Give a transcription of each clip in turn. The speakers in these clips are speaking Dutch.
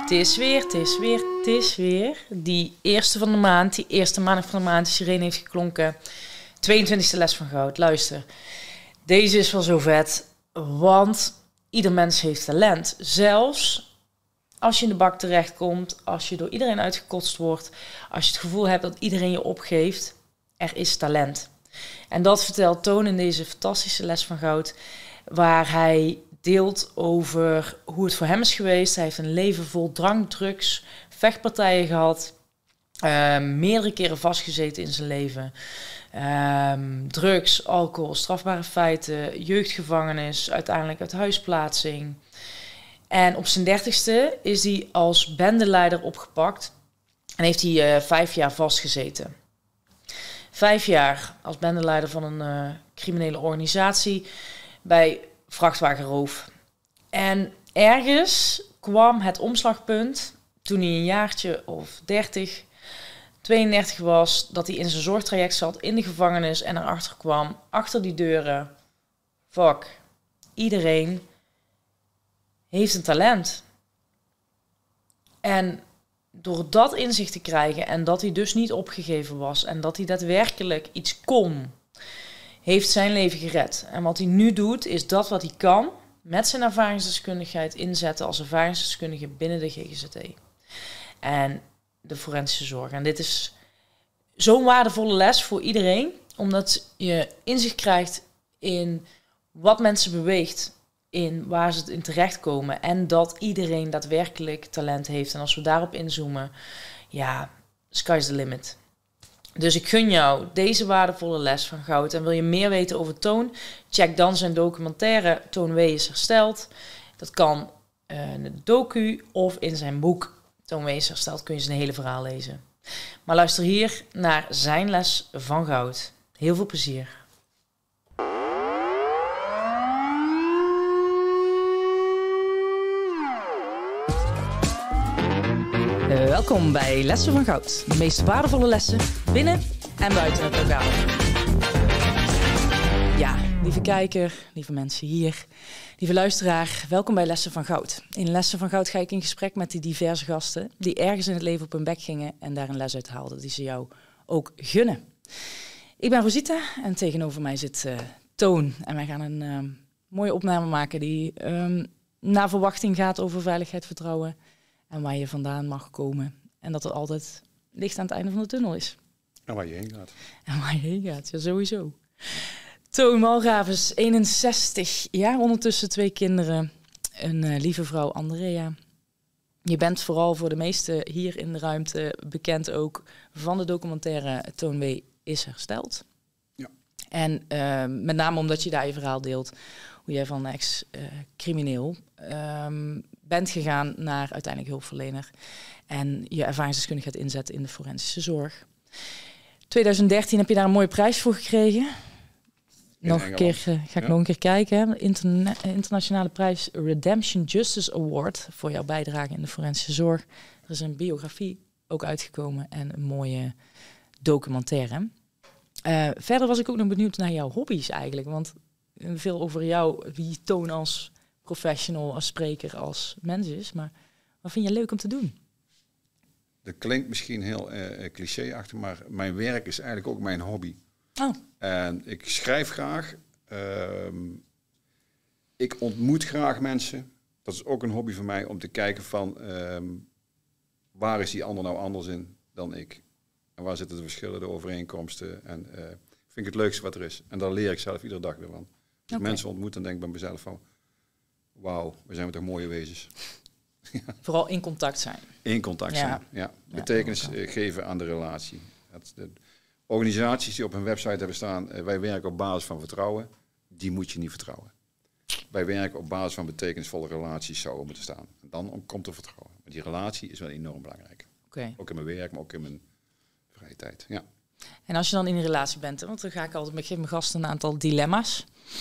Het is weer. Die eerste van de maand, die eerste maandag van de maand, die sirene heeft geklonken. 22e les van goud. Luister, deze is wel zo vet, want ieder mens heeft talent. Zelfs als je in de bak terechtkomt, als je door iedereen uitgekotst wordt, als je het gevoel hebt dat iedereen je opgeeft, er is talent. En dat vertelt Toon in deze fantastische les van goud, waar hij deelt over hoe het voor hem is geweest. Hij heeft een leven vol drank, drugs, vechtpartijen gehad. Meerdere keren vastgezeten in zijn leven. Drugs, alcohol, strafbare feiten, jeugdgevangenis, uiteindelijk uit huisplaatsing. En op zijn 30ste is hij als bendeleider opgepakt en heeft hij 5 jaar vastgezeten. 5 jaar als bendeleider van een criminele organisatie bij vrachtwagenroof. En ergens kwam het omslagpunt toen hij een jaartje of 32 was, dat hij in zijn zorgtraject zat in de gevangenis en erachter kwam, achter die deuren, fuck, iedereen heeft een talent. En door dat inzicht te krijgen en dat hij dus niet opgegeven was en dat hij daadwerkelijk iets kon, heeft zijn leven gered. En wat hij nu doet, is dat wat hij kan met zijn ervaringsdeskundigheid inzetten als ervaringsdeskundige binnen de GGZT. En de forensische zorg. En dit is zo'n waardevolle les voor iedereen, omdat je inzicht krijgt in wat mensen beweegt, in waar ze in terechtkomen en dat iedereen daadwerkelijk talent heeft. En als we daarop inzoomen, ja, sky's the limit. Dus ik gun jou deze waardevolle les van goud. En wil je meer weten over Toon? Check dan zijn documentaire Toon W. is hersteld. Dat kan in de docu of in zijn boek Toon W. is hersteld. Kun je zijn hele verhaal lezen. Maar luister hier naar zijn les van goud. Heel veel plezier. Welkom bij Lessen van Goud. De meest waardevolle lessen binnen en buiten het lokaal. Ja, lieve kijker, lieve mensen hier, lieve luisteraar, welkom bij Lessen van Goud. In Lessen van Goud ga ik in gesprek met die diverse gasten die ergens in het leven op hun bek gingen en daar een les uit haalden die ze jou ook gunnen. Ik ben Rosita en tegenover mij zit Toon en wij gaan een mooie opname maken die naar verwachting gaat over veiligheid, vertrouwen en waar je vandaan mag komen. En dat er altijd licht aan het einde van de tunnel is. En waar je heen gaat. En waar je heen gaat, ja sowieso. Toon Walravens, 61 jaar, ondertussen 2 kinderen. Een lieve vrouw, Andrea. Je bent vooral voor de meesten hier in de ruimte bekend ook van de documentaire Toon W. is hersteld. Ja. En met name omdat je daar je verhaal deelt, hoe jij van ex-crimineel bent gegaan naar uiteindelijk hulpverlener. En je ervaringsdeskundigheid inzet in de forensische zorg. 2013 heb je daar een mooie prijs voor gekregen. Nog een keer, ga ik nog een keer kijken. Internationale prijs Redemption Justice Award voor jouw bijdrage in de forensische zorg. Er is een biografie ook uitgekomen en een mooie documentaire. Verder was ik ook nog benieuwd naar jouw hobby's eigenlijk. Want veel over jou, wie Toon als professional, als spreker, als mens is. Maar wat vind je leuk om te doen? Dat klinkt misschien heel clichéachtig, maar mijn werk is eigenlijk ook mijn hobby. Oh. En ik schrijf graag. Ik ontmoet graag mensen. Dat is ook een hobby van mij om te kijken van waar is die ander nou anders in dan ik? En waar zitten de verschillen, de overeenkomsten? En vind ik het leukste wat er is. En daar leer ik zelf iedere dag weer van. Als ik mensen ontmoet, dan denk ik bij mezelf van wauw, we zijn toch mooie wezens. Ja. Vooral in contact zijn. In contact zijn, ja. Betekenis geven aan de relatie. De organisaties die op hun website hebben staan, wij werken op basis van vertrouwen, die moet je niet vertrouwen. Wij werken op basis van betekenisvolle relaties zouden moeten staan. En dan komt er vertrouwen. Maar die relatie is wel enorm belangrijk. Okay. Ook in mijn werk, maar ook in mijn vrije tijd. Ja. En als je dan in een relatie bent, want dan ga ik altijd, ik geef mijn gasten een aantal dilemma's.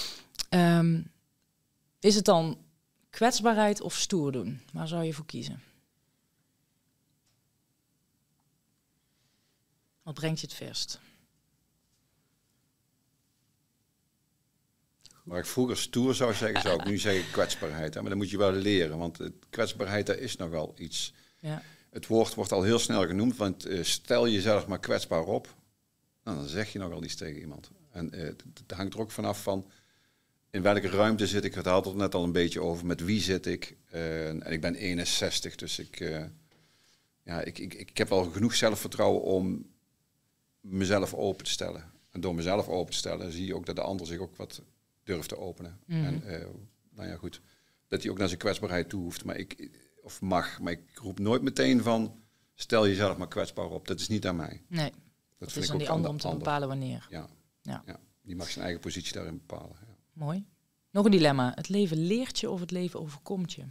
Is het dan kwetsbaarheid of stoer doen? Waar zou je voor kiezen? Wat brengt je het verst? Waar ik vroeger stoer zou zeggen, zou ik nu zeggen kwetsbaarheid. Hè? Maar dan moet je wel leren, want kwetsbaarheid, daar is nogal iets. Ja. Het woord wordt al heel snel genoemd, want stel jezelf maar kwetsbaar op. Nou, dan zeg je nogal iets tegen iemand. En het hangt er ook vanaf van in welke ruimte zit ik. Het had het net al een beetje over, met wie zit ik. En ik ben 61, dus ik heb wel genoeg zelfvertrouwen om mezelf open te stellen. En door mezelf open te stellen zie je ook dat de ander zich ook wat durft te openen. En nou ja, goed, dat hij ook naar zijn kwetsbaarheid toe hoeft. Maar maar ik roep nooit meteen van, stel jezelf maar kwetsbaar op. Dat is niet aan mij. Nee, dat is aan die ander om te bepalen wanneer. Ja, die mag zijn eigen positie daarin bepalen. Ja. Mooi. Nog een dilemma. Het leven leert je of het leven overkomt je?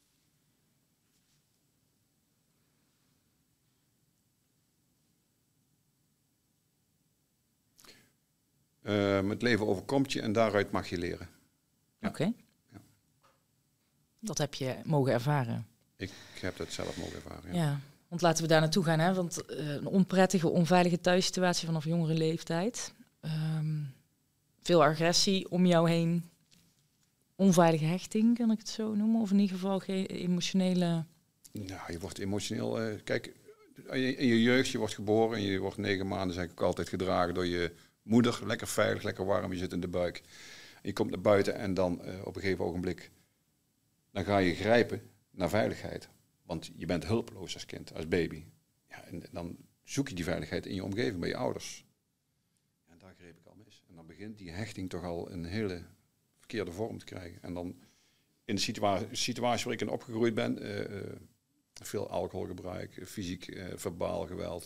Het leven overkomt je en daaruit mag je leren. Ja. Oké. Ja. Dat heb je mogen ervaren. Ik heb dat zelf mogen ervaren, ja. Want laten we daar naartoe gaan. Hè? Want een onprettige, onveilige thuissituatie vanaf jongere leeftijd. Veel agressie om jou heen. Onveilige hechting, kan ik het zo noemen? Of in ieder geval geen emotionele... Nou, je wordt emotioneel... kijk, in je jeugd, je wordt geboren en je wordt 9 maanden... zijn ook altijd gedragen door je moeder. Lekker veilig, lekker warm, je zit in de buik. En je komt naar buiten en dan op een gegeven ogenblik... dan ga je grijpen naar veiligheid. Want je bent hulpeloos als kind, als baby. Ja, en dan zoek je die veiligheid in je omgeving, bij je ouders. En daar greep ik al mis. En dan begint die hechting toch al een hele verkeerde vorm te krijgen. En dan in de situatie waar ik in opgegroeid ben... veel alcoholgebruik, fysiek, verbaal geweld...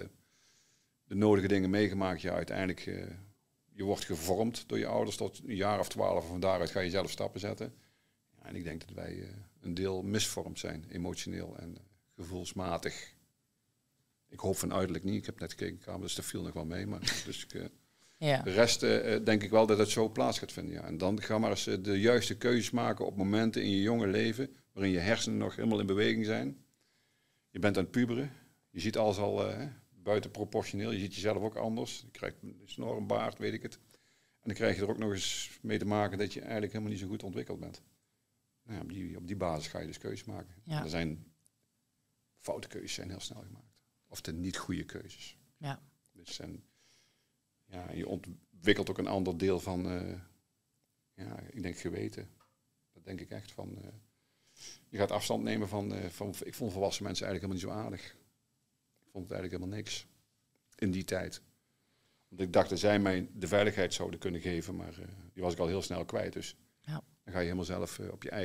de nodige dingen meegemaakt. Ja, uiteindelijk, je wordt gevormd door je ouders tot een jaar of 12... en van daaruit ga je zelf stappen zetten... En ik denk dat wij een deel misvormd zijn, emotioneel en gevoelsmatig. Ik hoop van uiterlijk niet. Ik heb net gekeken, dus dat viel nog wel mee. Maar dus de rest denk ik wel dat het zo plaats gaat vinden. Ja. En dan ga maar eens de juiste keuzes maken op momenten in je jonge leven... waarin je hersenen nog helemaal in beweging zijn. Je bent aan het puberen. Je ziet alles al buitenproportioneel. Je ziet jezelf ook anders. Je krijgt een snor, een baard, weet ik het. En dan krijg je er ook nog eens mee te maken dat je eigenlijk helemaal niet zo goed ontwikkeld bent. Nou, op die basis ga je dus keuzes maken. Ja. Er zijn foute keuzes zijn heel snel gemaakt. Of de niet goede keuzes. Ja. Dus je ontwikkelt ook een ander deel van, ik denk geweten. Dat denk ik echt van. Je gaat afstand nemen van. Ik vond volwassen mensen eigenlijk helemaal niet zo aardig. Ik vond het eigenlijk helemaal niks. In die tijd. Want ik dacht dat zij mij de veiligheid zouden kunnen geven, maar die was ik al heel snel kwijt. Dus. Ja. Dan ga je helemaal zelf op je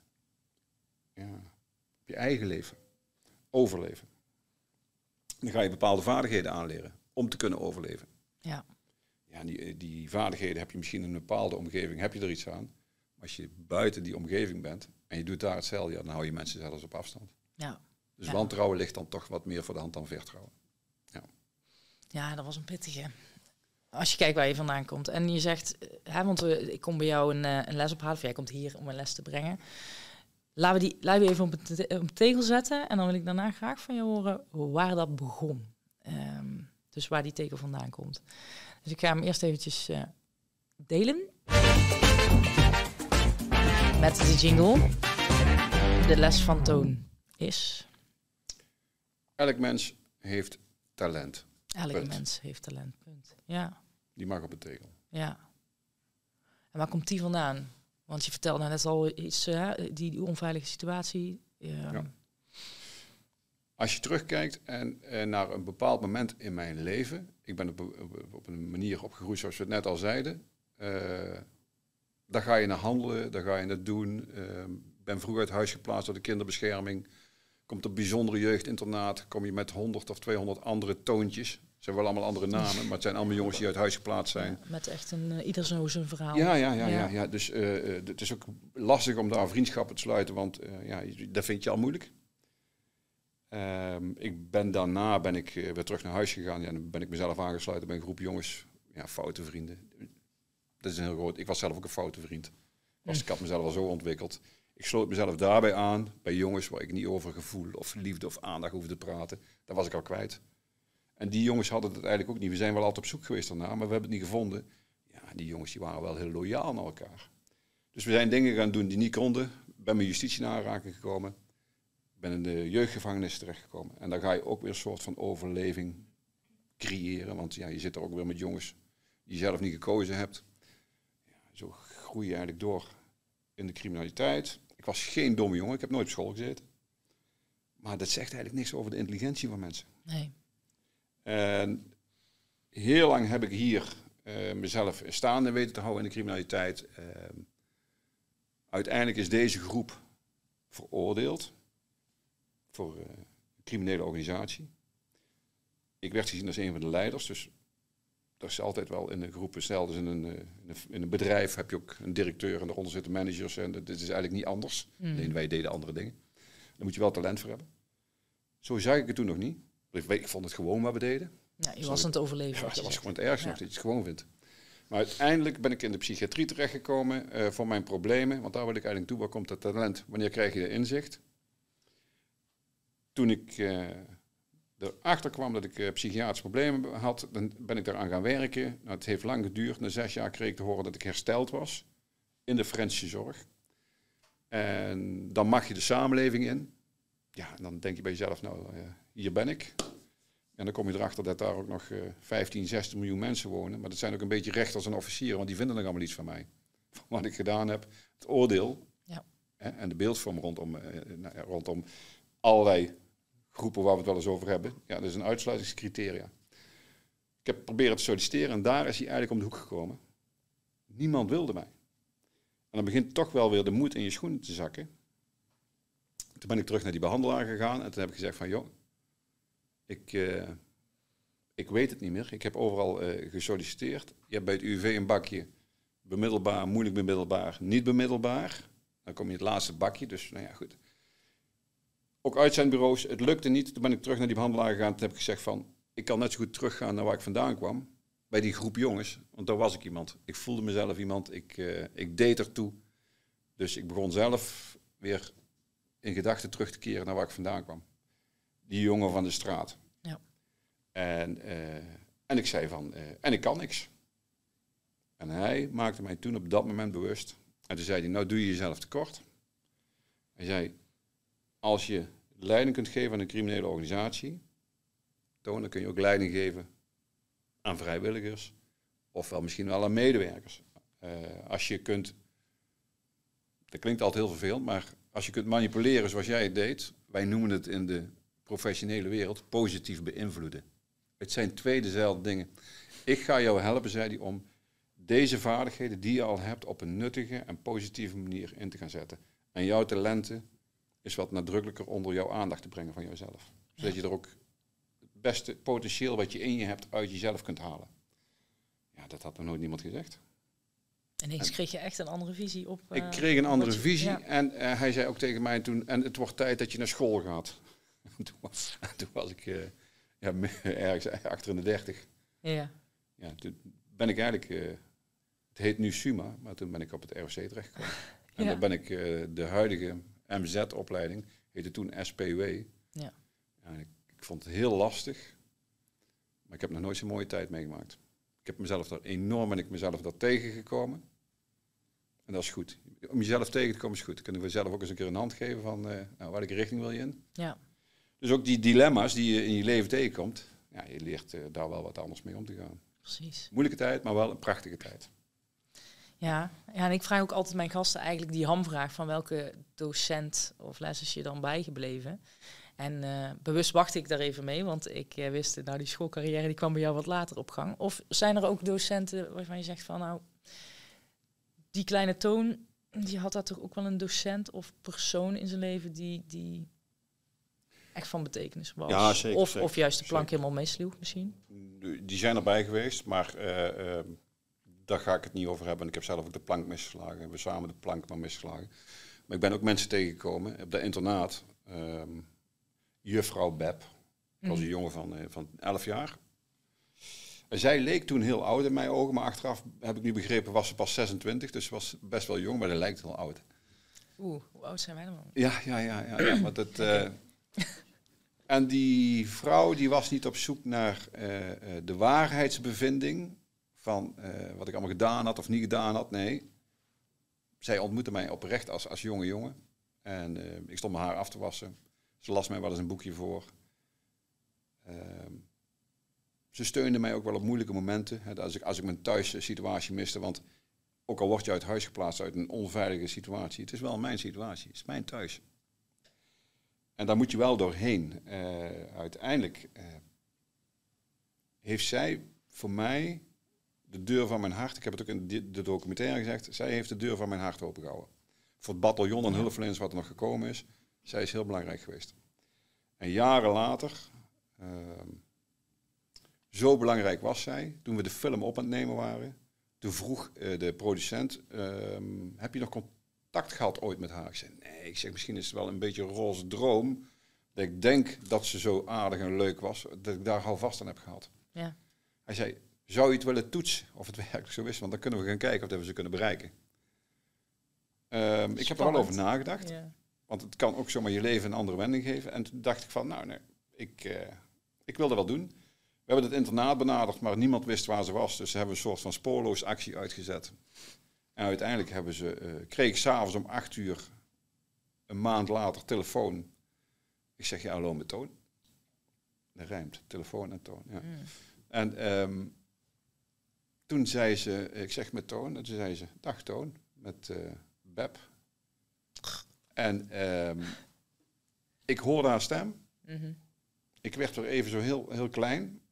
eigen leven overleven. Dan ga je bepaalde vaardigheden aanleren om te kunnen overleven. Ja. Ja, die vaardigheden heb je misschien in een bepaalde omgeving, heb je er iets aan. Maar als je buiten die omgeving bent en je doet daar hetzelfde, dan hou je mensen zelfs op afstand. Ja. Dus wantrouwen ligt dan toch wat meer voor de hand dan vertrouwen. Ja, dat was een pittige. Als je kijkt waar je vandaan komt. En je zegt, want ik kom bij jou een les ophalen. Of jij komt hier om een les te brengen. Laten we even op een tegel zetten. En dan wil ik daarna graag van je horen waar dat begon. Dus waar die tegel vandaan komt. Dus ik ga hem eerst eventjes delen. Met de jingle. De les van Toon is... Elk mens heeft talent. Elke mens heeft talent, punt. Ja. Die mag op het tegel. Ja. En waar komt die vandaan? Want je vertelde net al iets, die onveilige situatie. Ja. Als je terugkijkt en naar een bepaald moment in mijn leven... Ik ben op een manier opgegroeid zoals we het net al zeiden. Daar ga je naar handelen, daar ga je naar doen. Ben vroeg uit huis geplaatst door de kinderbescherming... Komt op bijzondere jeugdinternaat, kom je met 100 of 200 andere toontjes. Ze hebben wel allemaal andere namen, maar het zijn allemaal jongens die uit huis geplaatst zijn. Ja, met echt ieder zo zijn verhaal. Ja. Dus het is ook lastig om daar vriendschappen te sluiten, want dat vind je al moeilijk. Daarna ben ik weer terug naar huis gegaan. Ja, dan ben ik mezelf aangesloten bij een groep jongens, foute vrienden. Dat is een heel groot. Ik was zelf ook een foute vriend. Ik had mezelf al zo ontwikkeld. Ik sloot mezelf daarbij aan, bij jongens waar ik niet over gevoel of liefde of aandacht hoefde te praten. Dat was ik al kwijt. En die jongens hadden het eigenlijk ook niet. We zijn wel altijd op zoek geweest daarna, maar we hebben het niet gevonden. Ja, die jongens die waren wel heel loyaal naar elkaar. Dus we zijn dingen gaan doen die niet konden. Ik ben met justitie in aanraking gekomen. Ik ben in de jeugdgevangenis terechtgekomen. En dan ga je ook weer een soort van overleving creëren. Want ja, je zit er ook weer met jongens die je zelf niet gekozen hebt. Ja, zo groei je eigenlijk door in de criminaliteit. Ik was geen domme jongen, ik heb nooit op school gezeten. Maar dat zegt eigenlijk niks over de intelligentie van mensen. Nee. En heel lang heb ik hier mezelf staande weten te houden in de criminaliteit. Uiteindelijk is deze groep veroordeeld voor een criminele organisatie. Ik werd gezien als een van de leiders, dus dat is altijd wel in de groepen. Stel, dus in een bedrijf heb je ook een directeur en daaronder zitten managers. En dat is eigenlijk niet anders. Alleen wij deden andere dingen. Daar moet je wel talent voor hebben. Zo zag ik het toen nog niet. Ik vond het gewoon wat we deden. Ja, je was aan het overleven. Ja, dat was gewoon het ergste nog, dat je het gewoon vindt. Maar uiteindelijk ben ik in de psychiatrie terechtgekomen voor mijn problemen. Want daar wil ik eigenlijk toe. Waar komt dat talent? Wanneer krijg je de inzicht? Toen ik erachter kwam dat ik psychiatrische problemen had, dan ben ik daaraan gaan werken. Nou, het heeft lang geduurd. Na 6 jaar kreeg ik te horen dat ik hersteld was in de forensische zorg. En dan mag je de samenleving in. Ja, en dan denk je bij jezelf, nou, hier ben ik. En dan kom je erachter dat daar ook nog 15, 16 miljoen mensen wonen. Maar dat zijn ook een beetje rechters en officieren, want die vinden nog allemaal iets van mij. Van wat ik gedaan heb, het oordeel en de beeldvorm rondom allerlei groepen waar we het wel eens over hebben. Ja, dat is een uitsluitingscriteria. Ik heb proberen te solliciteren en daar is hij eigenlijk om de hoek gekomen. Niemand wilde mij. En dan begint toch wel weer de moed in je schoenen te zakken. Toen ben ik terug naar die behandelaar gegaan en toen heb ik gezegd van, joh, ik weet het niet meer. Ik heb overal gesolliciteerd. Je hebt bij het UWV een bakje bemiddelbaar, moeilijk bemiddelbaar, niet bemiddelbaar. Dan kom je in het laatste bakje, dus nou ja, goed. Ook uitzendbureaus, het lukte niet. Toen ben ik terug naar die behandelaar gegaan. Toen heb ik gezegd van, ik kan net zo goed teruggaan naar waar ik vandaan kwam. Bij die groep jongens, want daar was ik iemand. Ik voelde mezelf iemand, ik deed ertoe. Dus ik begon zelf weer in gedachten terug te keren naar waar ik vandaan kwam. Die jongen van de straat. Ja. En ik zei van, en ik kan niks. En hij maakte mij toen op dat moment bewust. En toen zei hij, nou doe je jezelf tekort. Hij zei, als je leiding kunt geven aan een criminele organisatie, dan kun je ook leiding geven aan vrijwilligers. Ofwel misschien wel aan medewerkers. Als je kunt, dat klinkt altijd heel vervelend, maar als je kunt manipuleren zoals jij het deed, wij noemen het in de professionele wereld positief beïnvloeden. Het zijn twee dezelfde dingen. Ik ga jou helpen, zei hij, om deze vaardigheden die je al hebt op een nuttige en positieve manier in te gaan zetten. En jouw talenten is wat nadrukkelijker onder jouw aandacht te brengen van jezelf. Zodat je er ook het beste potentieel wat je in je hebt uit jezelf kunt halen. Ja, dat had me nooit niemand gezegd. En ineens kreeg je echt een andere visie op... ik kreeg een andere visie en hij zei ook tegen mij toen, en het wordt tijd dat je naar school gaat. toen was ik ergens achter in de 30. Ja. Ja, toen ben ik eigenlijk, het heet nu SUMA, maar toen ben ik op het ROC terechtgekomen. En dan ben ik de huidige MZ-opleiding, heette toen SPW. Ja. En ik vond het heel lastig, maar ik heb nog nooit zo'n mooie tijd meegemaakt. Ik heb mezelf daar enorm, ben ik mezelf daar tegengekomen. En dat is goed. Om jezelf tegen te komen is goed. Dan kunnen we zelf ook eens een keer een hand geven van, nou, welke richting wil je in? Ja. Dus ook die dilemma's die je in je leven tegenkomt, ja, je leert daar wel wat anders mee om te gaan. Precies. Moeilijke tijd, maar wel een prachtige tijd. Ja, en ik vraag ook altijd mijn gasten eigenlijk die hamvraag van welke docent of les is je dan bijgebleven? En bewust wacht ik daar even mee, want ik wist, nou die schoolcarrière die kwam bij jou wat later op gang. Of zijn er ook docenten waarvan je zegt van nou, die kleine Toon, die had daar toch ook wel een docent of persoon in zijn leven die echt van betekenis was? Ja, zeker. Of juist de plank helemaal meesloeg misschien? Die zijn erbij geweest, maar daar ga ik het niet over hebben. Ik heb zelf ook de plank misgeslagen. We hebben samen de plank maar misgeslagen. Maar ik ben ook mensen tegengekomen op dat internaat. Juffrouw Beb. Ik was een jongen van 11 jaar. En zij leek toen heel oud in mijn ogen, maar achteraf heb ik nu begrepen, was ze pas 26, dus ze was best wel jong, maar dat lijkt heel oud. Hoe oud zijn wij dan? Ja, maar dat... En die vrouw die was niet op zoek naar de waarheidsbevinding van wat ik allemaal gedaan had of niet gedaan had. Nee, zij ontmoette mij oprecht als jonge jongen. En ik stond mijn haar af te wassen. Ze las mij wel eens een boekje voor. Ze steunde mij ook wel op moeilijke momenten. Hè, als ik mijn thuissituatie miste. Want ook al word je uit huis geplaatst uit een onveilige situatie. Het is wel mijn situatie. Het is mijn thuis. En daar moet je wel doorheen. Uiteindelijk heeft zij voor mij de deur van mijn hart. Ik heb het ook in de documentaire gezegd. Zij heeft de deur van mijn hart opengehouden. Voor het bataljon en hulpverleners wat er nog gekomen is. Zij is heel belangrijk geweest. En jaren later... zo belangrijk was zij. Toen we de film op aan het nemen waren. Toen vroeg de producent... heb je nog contact gehad ooit met haar? Ik zei, nee. Ik zeg, misschien is het wel een beetje een roze droom. Dat ik denk dat ze zo aardig en leuk was. Dat ik daar houvast aan heb gehad. Ja. Hij zei, zou je het willen toetsen? Of het werkelijk zo is? Want dan kunnen we gaan kijken of we ze kunnen bereiken. Ik heb er wel over nagedacht. Ja. Want het kan ook zomaar je leven een andere wending geven. En toen dacht ik van, nou nee, ik wil dat wel doen. We hebben het internaat benaderd, maar niemand wist waar ze was. Dus ze hebben een soort van spoorloos actie uitgezet. En uiteindelijk kreeg ik 's avonds om 8:00, een maand later, telefoon. Ik zeg, ja, hallo met Toon. Dat rijmt, telefoon en Toon. Ja. En toen zei ze, ik zeg met Toon. En toen zei ze, dag Toon, met Beb. En ik hoorde haar stem. Mm-hmm. Ik werd weer even zo heel, heel klein.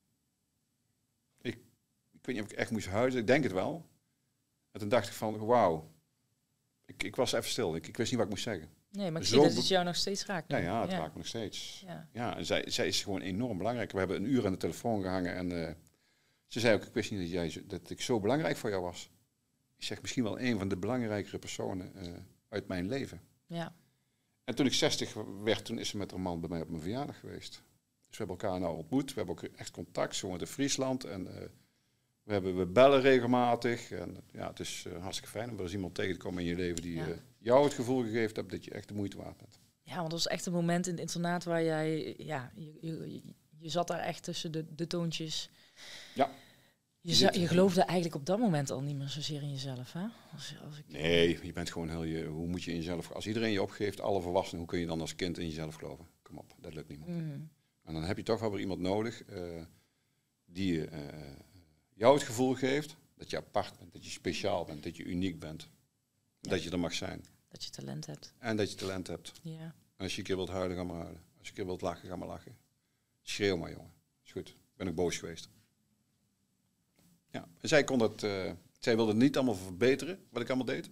Ik weet niet of ik echt moest huilen. Ik denk het wel. En toen dacht ik van, wauw. Ik was even stil. Ik wist niet wat ik moest zeggen. Nee, maar ik zie dat het jou nog steeds raakt. Ja, het raakt me nog steeds. Ja, en zij is gewoon enorm belangrijk. We hebben een uur aan de telefoon gehangen. En ze zei ook, ik wist niet dat ik zo belangrijk voor jou was. Ik zeg, misschien wel een van de belangrijkere personen uit mijn leven. Ja. En toen ik 60 werd, toen is ze met haar man bij mij op mijn verjaardag geweest. Dus we hebben elkaar nou ontmoet. We hebben ook echt contact. Ze woont in Friesland. En we bellen regelmatig. En ja, het is hartstikke fijn om er eens iemand tegen te komen in je leven die jou het gevoel gegeven hebt dat je echt de moeite waard bent. Ja, want dat was echt een moment in het internaat waar jij, je zat daar echt tussen de toontjes. Ja. Je geloofde eigenlijk op dat moment al niet meer zozeer in jezelf, hè? Nee, je bent gewoon hoe moet je in jezelf... Als iedereen je opgeeft, alle volwassenen, hoe kun je dan als kind in jezelf geloven? Kom op, dat lukt niemand. Mm. En dan heb je toch wel weer iemand nodig die jou het gevoel geeft dat je apart bent, dat je speciaal bent, dat je uniek bent. Ja. Dat je er mag zijn. Dat je talent hebt. En dat je talent hebt. Ja. En als je een keer wilt huilen, ga maar huilen. Als je een keer wilt lachen, ga maar lachen. Schreeuw maar, jongen. Is goed. Ben ik boos geweest. Ja. En zij kon dat... zij wilde het niet allemaal verbeteren, wat ik allemaal deed.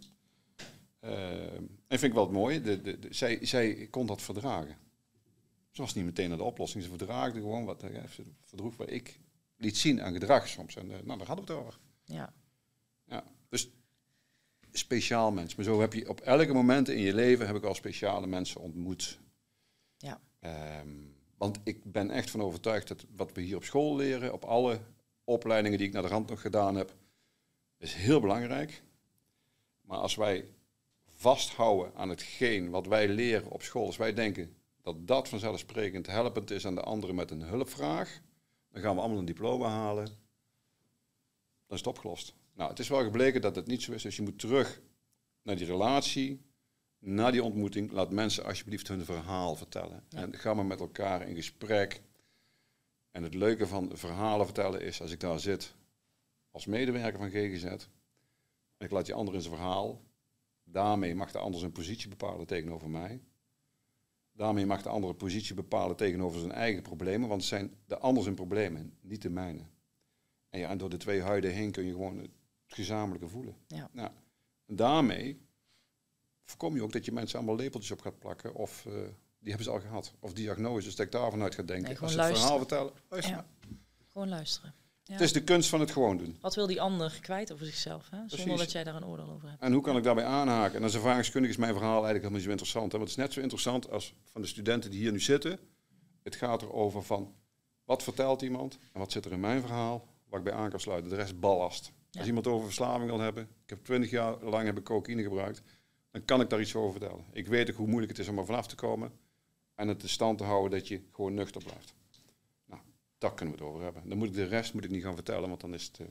En vind ik wel het mooie. Zij kon dat verdragen. Ze was niet meteen naar de oplossing. Ze verdraagde gewoon wat. Ze verdroeg wat ik liet zien aan gedrag soms. En daar hadden we het over. Ja. Dus speciaal mens. Maar zo heb je op elke moment in je leven heb ik al speciale mensen ontmoet. Ja. Want ik ben echt van overtuigd dat wat we hier op school leren, op alle opleidingen die ik naar de rand nog gedaan heb, is heel belangrijk. Maar als wij vasthouden aan hetgeen wat wij leren op school, als wij denken dat dat vanzelfsprekend helpend is aan de anderen met een hulpvraag, dan gaan we allemaal een diploma halen. Dan is het opgelost. Nou, het is wel gebleken dat het niet zo is. Dus je moet terug naar die relatie, naar die ontmoeting. Laat mensen alsjeblieft hun verhaal vertellen. Ja. En ga maar met elkaar in gesprek. En het leuke van verhalen vertellen is, als ik daar zit als medewerker van GGZ, en ik laat die ander in zijn verhaal, daarmee mag de ander zijn positie bepalen tegenover mij. Daarmee mag de andere positie bepalen tegenover zijn eigen problemen, want het zijn de ander zijn problemen, niet de mijne. En ja, en door de twee huiden heen kun je gewoon het gezamenlijke voelen. Ja. Nou, en daarmee voorkom je ook dat je mensen allemaal lepeltjes op gaat plakken, of die hebben ze al gehad, of diagnoses, dat ik daarvan uit ga denken. Nee, als ze het verhaal vertellen, luister maar. Gewoon luisteren. Ja. Het is de kunst van het gewoon doen. Wat wil die ander kwijt over zichzelf, hè? Zonder dat jij daar een oordeel over hebt. En hoe kan ik daarbij aanhaken? En als ervaringskundige is mijn verhaal eigenlijk helemaal niet zo interessant. Hè? Want het is net zo interessant als van de studenten die hier nu zitten. Het gaat erover van, wat vertelt iemand en wat zit er in mijn verhaal, waar ik bij aan kan sluiten. De rest ballast. Ja. Als iemand over verslaving wil hebben, ik heb 20 jaar lang heb ik cocaïne gebruikt, dan kan ik daar iets over vertellen. Ik weet ook hoe moeilijk het is om er vanaf te komen en het in stand te houden dat je gewoon nuchter blijft. Nou, daar kunnen we het over hebben. Dan moet ik de rest niet gaan vertellen, want dan is het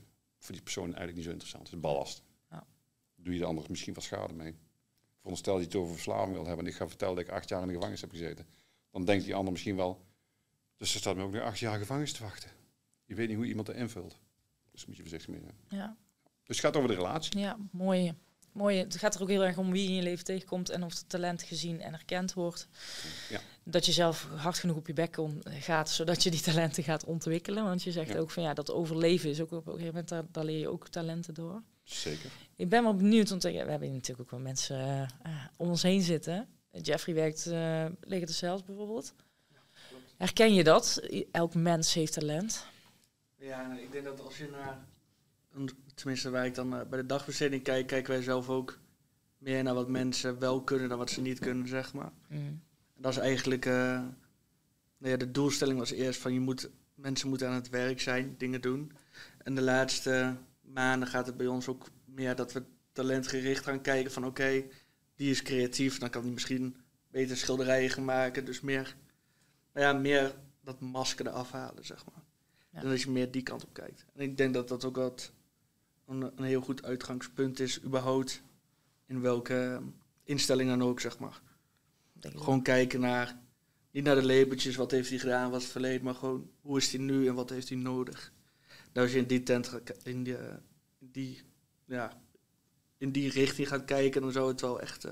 voor die persoon eigenlijk niet zo interessant. Het is ballast. Ja. Doe je de ander misschien wat schade mee. Veronderstel dat je het over verslaving wil hebben en ik ga vertellen dat ik 8 jaar in de gevangenis heb gezeten. Dan denkt die ander misschien wel, dus er staat me ook nog 8 jaar gevangenis te wachten. Je weet niet hoe iemand dat invult. Dus moet je voorzichtig mee zijn. Ja. Dus het gaat over de relatie. Ja, mooi. Het gaat er ook heel erg om wie je in je leven tegenkomt en of het talent gezien en erkend wordt. Ja. Dat je zelf hard genoeg op je bek gaat, zodat je die talenten gaat ontwikkelen. Want je zegt ook van ja, dat overleven is ook op een gegeven moment, daar leer je ook talenten door. Zeker. Ik ben wel benieuwd, want we hebben natuurlijk ook wel mensen om ons heen zitten. Jeffrey werkt Leger de Cels bijvoorbeeld. Herken je dat? Elk mens heeft talent. Ja, ik denk dat als je naar, tenminste waar ik dan bij de dagbesteding kijk, kijken wij zelf ook meer naar wat mensen wel kunnen dan wat ze niet kunnen, zeg maar. En dat is eigenlijk, de doelstelling was eerst van mensen moeten aan het werk zijn, dingen doen. En de laatste maanden gaat het bij ons ook meer dat we talentgericht gaan kijken van oké, die is creatief, dan kan die misschien beter schilderijen gaan maken. Dus meer dat masker eraf halen, zeg maar. Ja. En dat je meer die kant op kijkt. En ik denk dat dat ook wat een heel goed uitgangspunt is, überhaupt in welke instelling dan ook, zeg maar. Gewoon kijken naar, niet naar de labeltjes, wat heeft hij gedaan, wat is het verleden, maar gewoon hoe is hij nu en wat heeft hij nodig. Nou, als je in die tent in die richting gaat kijken, dan zou het wel echt,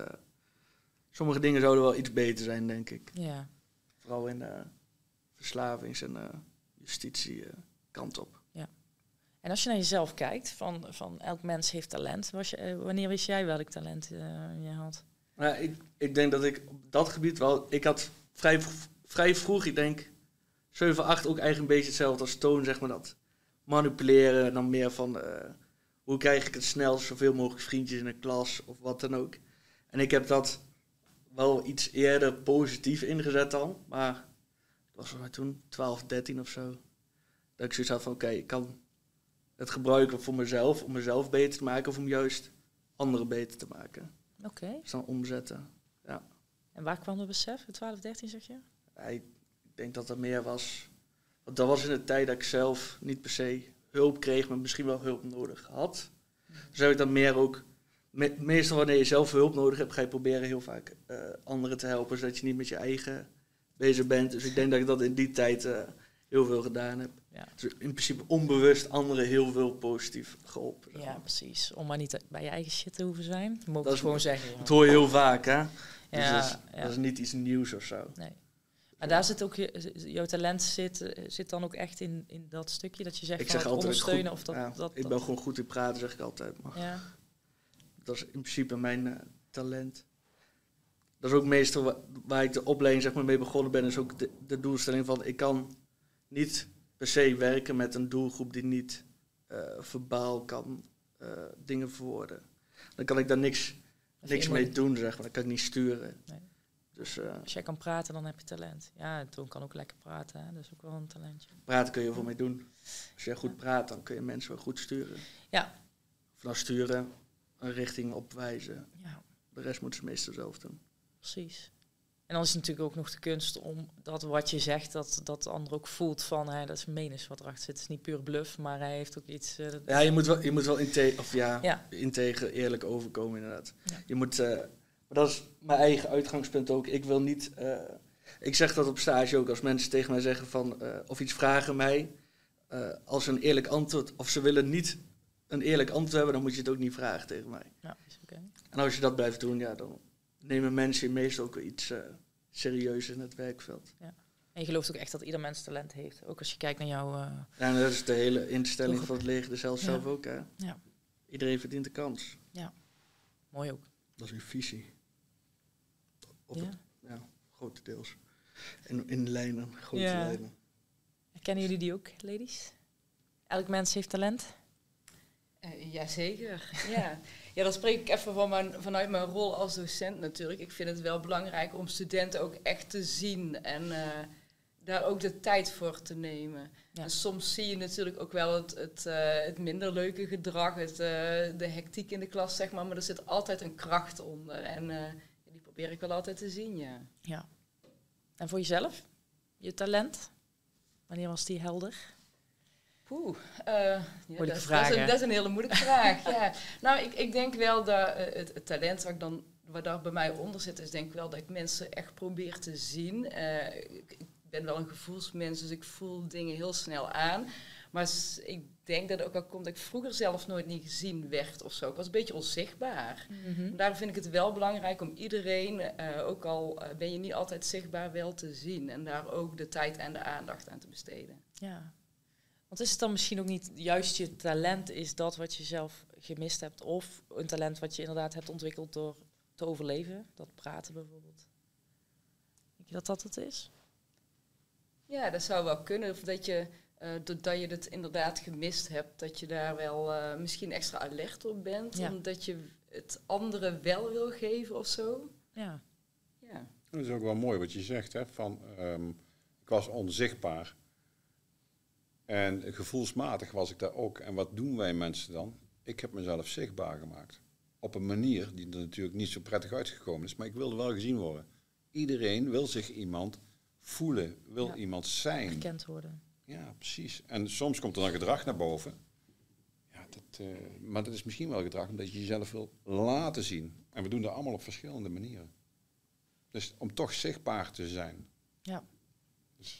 sommige dingen zouden wel iets beter zijn, denk ik. Ja. Vooral in de verslavings- en justitie kant op. Ja. En als je naar jezelf kijkt, van elk mens heeft talent. Wanneer wist jij welk talent je had? Nou, ik denk dat ik op dat gebied wel... Ik had vrij vroeg, ik denk 7, 8, ook eigenlijk een beetje hetzelfde als Toon, zeg maar, dat manipuleren. En dan meer van, hoe krijg ik het snel zoveel mogelijk vriendjes in de klas of wat dan ook. En ik heb dat wel iets eerder positief ingezet dan, maar het was maar toen 12, 13 of zo. Dat ik zoiets had van, oké, ik kan het gebruiken voor mezelf, om mezelf beter te maken of om juist anderen beter te maken. Oké. Dus dan omzetten, ja. En waar kwam dat besef? 12, 13 zeg je? Ja, ik denk dat er meer was. Want dat was in de tijd dat ik zelf niet per se hulp kreeg, maar misschien wel hulp nodig had. Dus heb ik dan meer ook... Meestal wanneer je zelf hulp nodig hebt, ga je proberen heel vaak anderen te helpen, zodat je niet met je eigen bezig bent. Dus ik denk dat ik dat in die tijd heel veel gedaan heb. Ja. Dus in principe onbewust anderen heel veel positief geholpen. Ja, precies. Om maar niet bij je eigen shit te hoeven zijn. Dat is gewoon zeggen. Ja. Dat hoor je heel vaak, hè? Ja, dus dat is niet iets nieuws of zo. Nee. Maar daar zit ook jouw talent zit dan ook echt in dat stukje dat je zegt ik van zeg het ondersteunen goed, of dat. Ik ben gewoon goed in praten, zeg ik altijd. Maar ja. Dat is in principe mijn talent. Dat is ook meestal waar ik de opleiding zeg maar mee begonnen ben, is ook de doelstelling van ik kan niet per se werken met een doelgroep die niet verbaal kan dingen verwoorden. Dan kan ik daar niks mee doen, zeg maar. Dan kan ik niet sturen. Nee. Dus, als jij kan praten, dan heb je talent. Ja, Toon kan ook lekker praten, hè? Dat is ook wel een talentje. Praten kun je heel veel mee doen. Als jij goed praat, dan kun je mensen wel goed sturen. Ja. Of nou sturen, een richting opwijzen. Ja. De rest moeten ze meestal zelf doen. Precies. En dan is het natuurlijk ook nog de kunst om dat wat je zegt, dat de ander ook voelt van, dat is menens wat erachter zit. Het is niet puur bluff, maar hij heeft ook iets... ja, je moet wel integer, eerlijk overkomen inderdaad. Ja. Je moet... maar dat is mijn eigen uitgangspunt ook. Ik wil niet... ik zeg dat op stage ook, als mensen tegen mij zeggen van... of iets vragen mij, als een eerlijk antwoord... Of ze willen niet een eerlijk antwoord hebben, dan moet je het ook niet vragen tegen mij. Ja, is oké. En als je dat blijft doen, ja, dan nemen mensen meestal ook weer iets serieus in het werkveld. Ja. En je gelooft ook echt dat ieder mens talent heeft. Ook als je kijkt naar jouw... Ja, en dat is de hele instelling van het leger zelf ook, hè. Ja. Iedereen verdient de kans. Ja, mooi ook. Dat is uw visie. Grotendeels. In lijnen, grote lijnen. Kennen jullie die ook, ladies? Elk mens heeft talent? Jazeker. Ja, dan spreek ik even vanuit mijn rol als docent natuurlijk. Ik vind het wel belangrijk om studenten ook echt te zien en daar ook de tijd voor te nemen. Ja. En soms zie je natuurlijk ook wel het minder leuke gedrag, de hectiek in de klas, zeg maar er zit altijd een kracht onder. En die probeer ik wel altijd te zien, ja. En voor jezelf? Je talent? Wanneer was die helder? Dat is een hele moeilijke vraag. Ja. Nou, ik denk wel dat het talent wat daar bij mij onder zit, is denk ik wel dat ik mensen echt probeer te zien. Ik ben wel een gevoelsmens, dus ik voel dingen heel snel aan. Maar ik denk dat het ook al komt dat ik vroeger zelf nooit niet gezien werd of zo. Ik was een beetje onzichtbaar. Mm-hmm. Daarom vind ik het wel belangrijk om iedereen, ook al ben je niet altijd zichtbaar, wel te zien. En daar ook de tijd en de aandacht aan te besteden. Ja. Want is het dan misschien ook niet juist je talent is dat wat je zelf gemist hebt? Of een talent wat je inderdaad hebt ontwikkeld door te overleven? Dat praten bijvoorbeeld. Denk je dat het is? Ja, dat zou wel kunnen. Of dat je, doordat je het inderdaad gemist hebt, dat je daar wel misschien extra alert op bent. Ja. Omdat je het anderen wel wil geven of zo. Ja. Dat is ook wel mooi wat je zegt, hè? Van, ik was onzichtbaar. En gevoelsmatig was ik daar ook. En wat doen wij mensen dan? Ik heb mezelf zichtbaar gemaakt. Op een manier die er natuurlijk niet zo prettig uitgekomen is. Maar ik wilde wel gezien worden. Iedereen wil zich iemand voelen. Wil iemand zijn. Gekend worden. Ja, precies. En soms komt er dan gedrag naar boven. Ja, maar dat is misschien wel gedrag omdat je jezelf wil laten zien. En we doen dat allemaal op verschillende manieren. Dus om toch zichtbaar te zijn. Ja. Dus,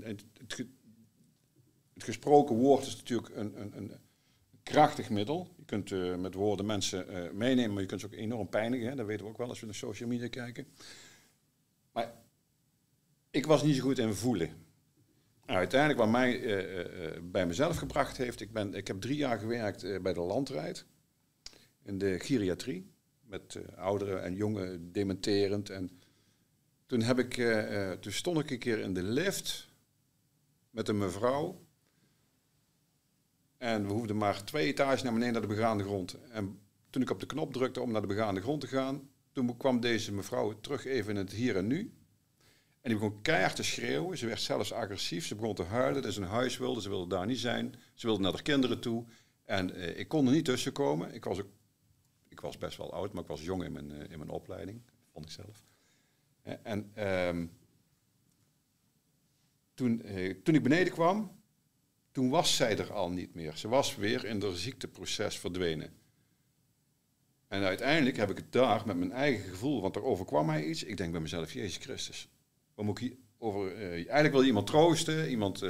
het gesproken woord is natuurlijk een krachtig middel. Je kunt met woorden mensen meenemen, maar je kunt ze ook enorm pijnigen. Hè? Dat weten we ook wel als we naar social media kijken. Maar ik was niet zo goed in voelen. Nou, uiteindelijk wat mij bij mezelf gebracht heeft... Ik heb 3 jaar gewerkt bij de Landrijd. In de geriatrie. Met ouderen en jongen dementerend. En toen stond ik een keer in de lift met een mevrouw... En we hoefden maar 2 etages naar beneden naar de begaande grond. En toen ik op de knop drukte om naar de begaande grond te gaan... toen kwam deze mevrouw terug even in het hier en nu. En die begon keihard te schreeuwen. Ze werd zelfs agressief. Ze begon te huilen dat ze een huis wilde. Ze wilde daar niet zijn. Ze wilde naar haar kinderen toe. En ik kon er niet tussen komen. Ik was best wel oud, maar ik was jong in mijn opleiding. Vond ik zelf. En toen ik beneden kwam... Toen was zij er al niet meer. Ze was weer in haar ziekteproces verdwenen. En uiteindelijk heb ik het daar met mijn eigen gevoel, want er overkwam mij iets. Ik denk bij mezelf, Jezus Christus. Wat moet ik hier over? Eigenlijk wil je iemand troosten,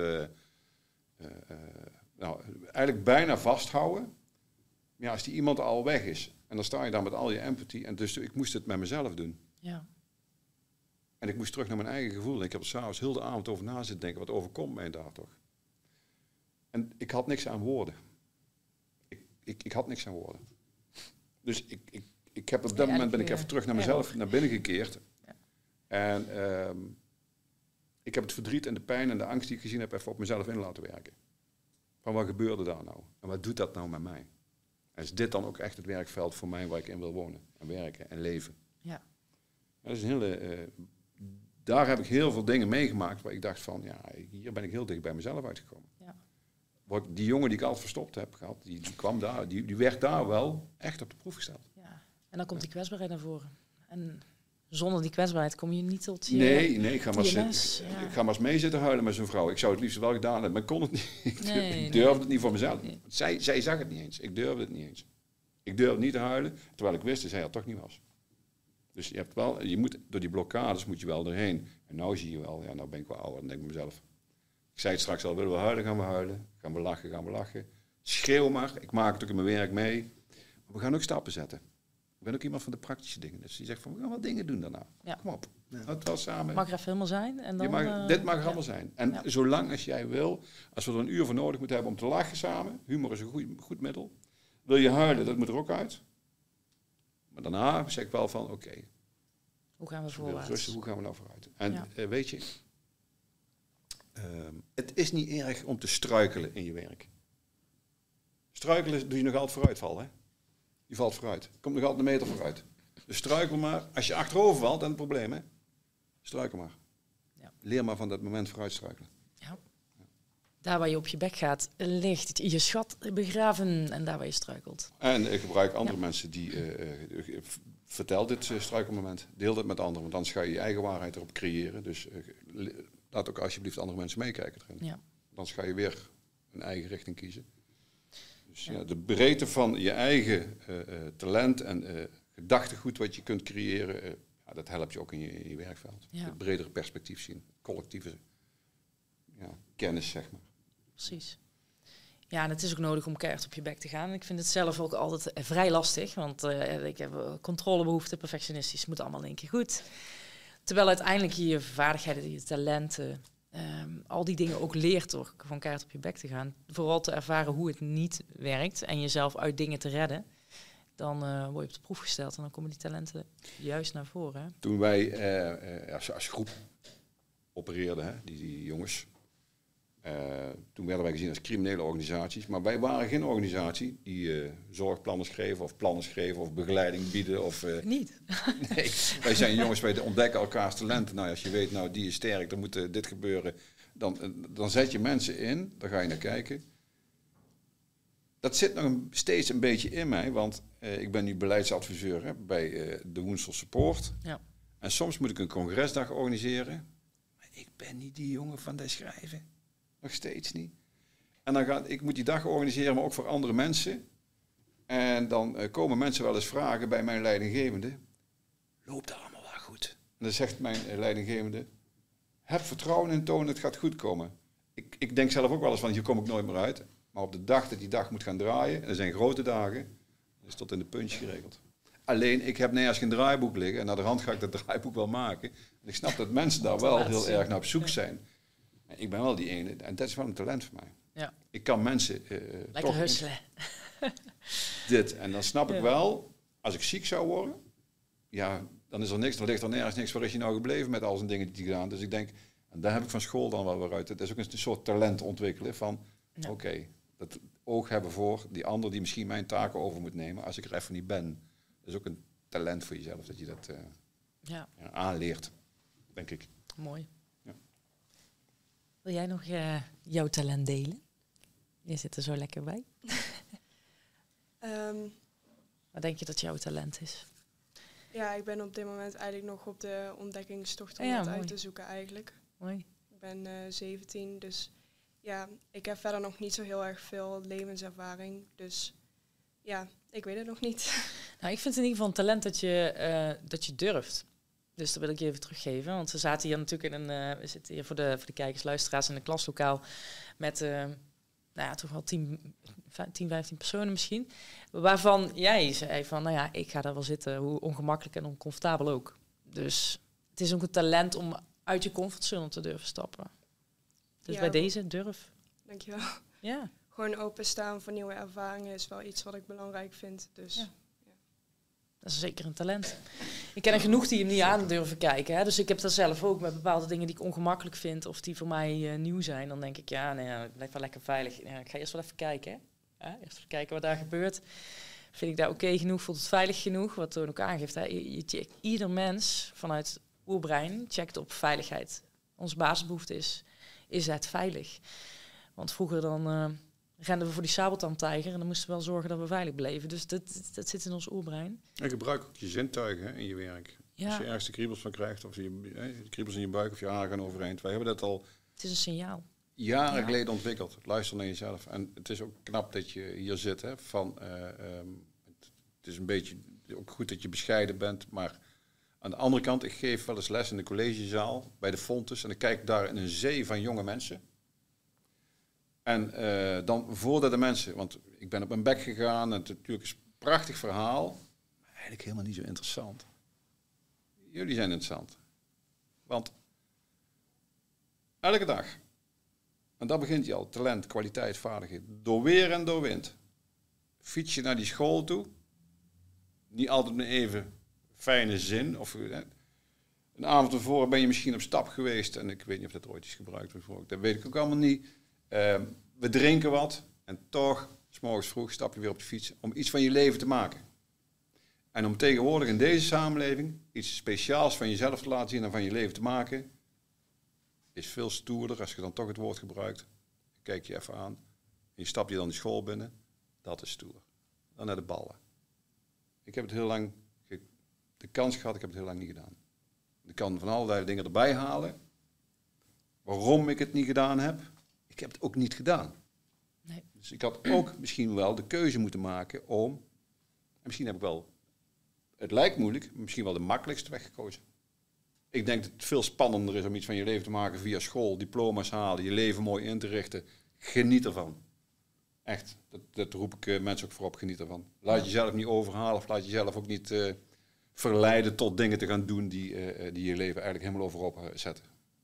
eigenlijk bijna vasthouden. Maar ja, als die iemand al weg is, en dan sta je daar met al je empathie. En dus ik moest het met mezelf doen. Ja. En ik moest terug naar mijn eigen gevoel. En ik heb er s'avonds heel de avond over na zitten denken, wat overkomt mij daar toch? En ik had niks aan woorden. Ik had niks aan woorden. Dus ik heb op dat moment ben ik even terug naar mezelf, naar binnen gekeerd. Ja. En ik heb het verdriet en de pijn en de angst die ik gezien heb even op mezelf in laten werken. Van wat gebeurde daar nou? En wat doet dat nou met mij? En is dit dan ook echt het werkveld voor mij waar ik in wil wonen en werken en leven? Ja. Dat is daar heb ik heel veel dingen meegemaakt waar ik dacht van, ja, hier ben ik heel dicht bij mezelf uitgekomen. Ja. Die jongen die ik altijd verstopt heb gehad, die kwam daar, die werd daar wel echt op de proef gesteld. Ja. En dan komt die kwetsbaarheid naar voren. En zonder die kwetsbaarheid kom je niet tot je... Nee, ik ga maar eens mee zitten huilen met zo'n vrouw. Ik zou het liefst wel gedaan hebben, maar ik kon het niet. Ik durfde het niet voor mezelf. Nee. Zij zag het niet eens. Ik durfde het niet eens. Ik durfde niet te huilen, terwijl ik wist dat zij er toch niet was. Dus je moet door die blokkades moet je wel doorheen. En nou zie je wel, ja, nou ben ik wel ouder, dan denk ik mezelf. Ik zei het straks al, willen we huilen, gaan we huilen. Gaan we lachen. Schreeuw maar, ik maak het ook in mijn werk mee. Maar we gaan ook stappen zetten. Ik ben ook iemand van de praktische dingen. Dus die zegt van, we gaan wat dingen doen daarna. Ja. Kom op. Ja. Het was samen. Mag er even helemaal zijn. En dan, dit mag er allemaal zijn. En zolang als jij wil, als we er een uur voor nodig moeten hebben om te lachen samen. Humor is een goed middel. Wil je huilen, dat moet er ook uit. Maar daarna zeg ik wel van, oké. Hoe gaan we vooruit? Rustig, hoe gaan we nou vooruit? En weet je, het is niet erg om te struikelen in je werk. Struikelen doe je nog altijd vooruitval, hè? Je valt vooruit. Komt nog altijd een meter vooruit. Dus struikel maar. Als je achterover valt, dan het probleem, hè? Struikel maar. Ja. Leer maar van dat moment vooruit struikelen. Ja. Daar waar je op je bek gaat, ligt je schat begraven en daar waar je struikelt. En ik gebruik andere mensen die... vertel dit struikelmoment. Deel dit met anderen, want anders ga je je eigen waarheid erop creëren. Dus laat ook alsjeblieft andere mensen meekijken erin. Ja. Dan ga je weer een eigen richting kiezen. Dus ja, de breedte van je eigen talent en gedachtegoed wat je kunt creëren, ja, dat helpt je ook in je werkveld. Ja. Het bredere perspectief zien, collectieve kennis, zeg maar. Precies. Ja, en het is ook nodig om keihard op je bek te gaan. Ik vind het zelf ook altijd vrij lastig, want ik heb controlebehoeften, perfectionistisch, moet allemaal in één keer goed. Terwijl uiteindelijk je vaardigheden, je talenten, al die dingen ook leert door gewoon keihard op je bek te gaan. Vooral te ervaren hoe het niet werkt en jezelf uit dingen te redden. Dan word je op de proef gesteld en dan komen die talenten juist naar voren. Hè? Toen wij als groep opereerden, hè, die jongens, toen werden wij gezien als criminele organisaties. Maar wij waren geen organisatie die zorgplannen schreven of plannen schreven of begeleiding bieden. Of, Niet. Nee, wij zijn jongens, wij ontdekken elkaars talenten. Nou, als je weet, nou die is sterk, dan moet dit gebeuren. Dan zet je mensen in, daar ga je naar kijken. Dat zit nog steeds een beetje in mij, want ik ben nu beleidsadviseur bij de Woensel Support. Ja. En soms moet ik een congresdag organiseren. Maar ik ben niet die jongen van dat schrijven. Nog steeds niet. En ik moet die dag organiseren, maar ook voor andere mensen. En dan komen mensen wel eens vragen bij mijn leidinggevende. Loopt dat allemaal wel goed? En dan zegt mijn leidinggevende, heb vertrouwen in tonen, het gaat goed komen. Ik denk zelf ook wel eens van, hier kom ik nooit meer uit. Maar op de dag dat die dag moet gaan draaien, en er zijn grote dagen, is tot in de punch geregeld. Alleen, ik heb nergens geen draaiboek liggen en naar de hand ga ik dat draaiboek wel maken. En ik snap dat mensen daar wel heel erg naar op zoek zijn. Ik ben wel die ene, en dat is wel een talent voor mij. Ja. Ik kan mensen Lekker toch husselen. dit. En dan snap ik wel, als ik ziek zou worden, ja, dan is er niks, dan ligt er nergens niks. Waar is je nou gebleven met al zijn dingen die hij gedaan? Dus ik denk, en daar heb ik van school dan wel weer uit. Het is ook een soort talent ontwikkelen van, oké, dat oog hebben voor die ander die misschien mijn taken over moet nemen als ik er even niet ben. Dat is ook een talent voor jezelf, dat je dat aanleert, denk ik. Mooi. Ja. Wil jij nog jouw talent delen? Je zit er zo lekker bij. Wat denk je dat jouw talent is? Ja, ik ben op dit moment eigenlijk nog op de ontdekkingstocht om Ja, het mooi. uit te zoeken eigenlijk. Mooi. Ik ben 17, dus ja, ik heb verder nog niet zo heel erg veel levenservaring. Dus ja, ik weet het nog niet. Nou, ik vind in ieder geval een talent dat je durft. Dus dat wil ik je even teruggeven. Want we zaten hier natuurlijk we zitten hier voor de kijkers, luisteraars in een klaslokaal met toch wel 10, 15 personen misschien. Waarvan jij zei van, nou ja, ik ga daar wel zitten, hoe ongemakkelijk en oncomfortabel ook. Dus het is ook een talent om uit je comfortzone te durven stappen. Dus Ja, bij deze, durf. Dankjewel. Ja. Gewoon openstaan voor nieuwe ervaringen is wel iets wat ik belangrijk vind. Dus Ja. Dat is zeker een talent. Ik ken er genoeg die hem niet aan durven kijken. Hè? Dus ik heb dat zelf ook met bepaalde dingen die ik ongemakkelijk vind of die voor mij nieuw zijn. Dan denk ik, ik blijf wel lekker veilig. Ja, ik ga eerst wel even kijken. Hè? Eerst even kijken wat daar gebeurt. Vind ik daar oké genoeg? Voelt het veilig genoeg? Wat Toon ook aangeeft. Hè? Ieder mens vanuit oerbrein checkt op veiligheid. Onze basisbehoefte is het veilig. Want vroeger dan renden we voor die sabeltandtijger en dan moesten we wel zorgen dat we veilig bleven. Dus dat zit in ons oerbrein. En gebruik ook je zintuigen in je werk. Ja. Als je ergens de kriebels van krijgt, of je kriebels in je buik of je haren gaan overeind. Wij hebben dat al Het is een signaal. jaren geleden ontwikkeld. Luister naar jezelf. En het is ook knap dat je hier zit. Hè, het is een beetje ook goed dat je bescheiden bent. Maar aan de andere kant, ik geef wel eens les in de collegezaal bij de Fontes. En ik kijk daar in een zee van jonge mensen. En dan voordat de mensen, want ik ben op mijn bek gegaan. En het natuurlijk is een prachtig verhaal. Maar eigenlijk helemaal niet zo interessant. Jullie zijn interessant. Want elke dag, en daar begint je al, talent, kwaliteit, vaardigheid. Door weer en door wind. Fiets je naar die school toe. Niet altijd een even fijne zin. Of een avond ervoor ben je misschien op stap geweest. En ik weet niet of dat ooit is gebruikt. Dat weet ik ook allemaal niet. We drinken wat. En toch, 's morgens vroeg, stap je weer op de fiets. Om iets van je leven te maken. En om tegenwoordig in deze samenleving iets speciaals van jezelf te laten zien en van je leven te maken, is veel stoerder als je dan toch het woord gebruikt. Kijk je even aan. En je stapt je dan de school binnen. Dat is stoer. Dan naar de ballen. Ik heb het heel lang de kans gehad, ik heb het heel lang niet gedaan. Ik kan van allerlei dingen erbij halen. Waarom ik het niet gedaan heb, ik heb het ook niet gedaan. Nee. Dus ik had ook misschien wel de keuze moeten maken om... En misschien heb ik wel... Het lijkt moeilijk, maar misschien wel de makkelijkste weg gekozen. Ik denk dat het veel spannender is om iets van je leven te maken via school, diploma's halen, je leven mooi in te richten. Geniet ervan. Echt, dat roep ik mensen ook voorop, geniet ervan. Laat jezelf niet overhalen of laat jezelf ook niet verleiden tot dingen te gaan doen die je leven eigenlijk helemaal overop zetten.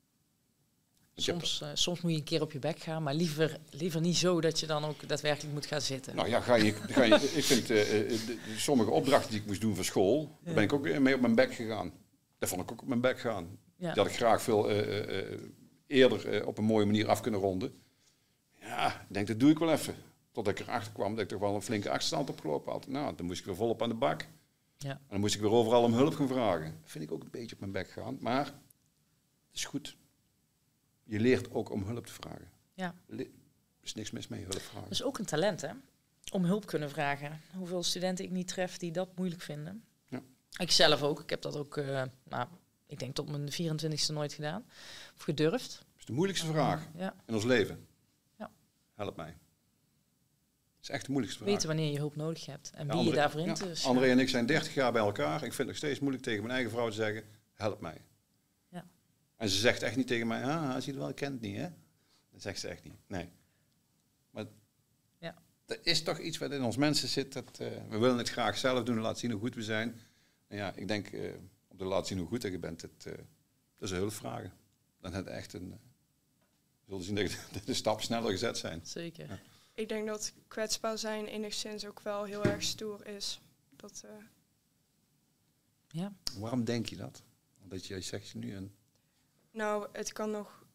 Soms moet je een keer op je bek gaan, maar liever niet zo dat je dan ook daadwerkelijk moet gaan zitten. Nou ja, ik vind sommige opdrachten die ik moest doen voor school, daar ben ik ook mee op mijn bek gegaan. Dat vond ik ook op mijn bek gaan. Ja. Die had ik graag veel eerder op een mooie manier af kunnen ronden. Ja, ik denk dat doe ik wel even. Totdat ik erachter kwam dat ik toch wel een flinke achterstand opgelopen had. Nou, dan moest ik weer volop aan de bak. Ja. En dan moest ik weer overal om hulp gaan vragen. Dat vind ik ook een beetje op mijn bek gaan. Maar het is goed. Je leert ook om hulp te vragen. Ja. Er is niks mis mee, hulp vragen. Dat is ook een talent, hè? Om hulp kunnen vragen. Hoeveel studenten ik niet tref die dat moeilijk vinden. Ja. Ik zelf ook. Ik heb dat ook, ik denk tot mijn 24e nooit gedaan. Of gedurfd. Dat is de moeilijkste vraag Ja. in ons leven. Ja. Help mij. Dat is echt de moeilijkste vraag. Weten wanneer je hulp nodig hebt. En wie André, je daarvoor in te schakelen. André en ik zijn 30 jaar bij elkaar. Ik vind het nog steeds moeilijk tegen mijn eigen vrouw te zeggen, help mij. Ja. En ze zegt echt niet tegen mij, als je het wel kent niet, hè? Dat zegt ze echt niet. Nee. Maar Ja. er is toch iets wat in ons mensen zit. Dat, we willen het graag zelf doen en laten zien hoe goed we zijn. En ja, ik denk, om te laten zien hoe goed je bent, dat is een hulpvragen. Dan het echt we zullen zien dat de stap sneller gezet zijn. Zeker. Ja. Ik denk dat kwetsbaar zijn enigszins ook wel heel erg stoer is. Dat, Ja. Waarom denk je dat? Omdat jij zegt nu een... Nou, het kan nog...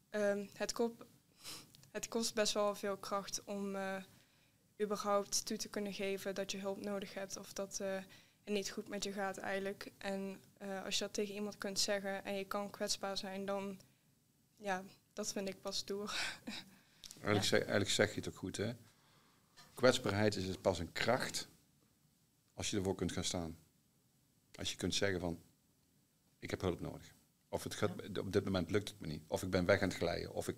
het kost best wel veel kracht om überhaupt toe te kunnen geven dat je hulp nodig hebt. Of dat het niet goed met je gaat eigenlijk. En als je dat tegen iemand kunt zeggen en je kan kwetsbaar zijn, dan... Ja, dat vind ik pas stoer. Eigenlijk zeg je het ook goed, hè? Kwetsbaarheid is pas een kracht als je ervoor kunt gaan staan. Als je kunt zeggen van, ik heb hulp nodig. Of het gaat, op dit moment lukt het me niet. Of ik ben weg aan het glijden. Of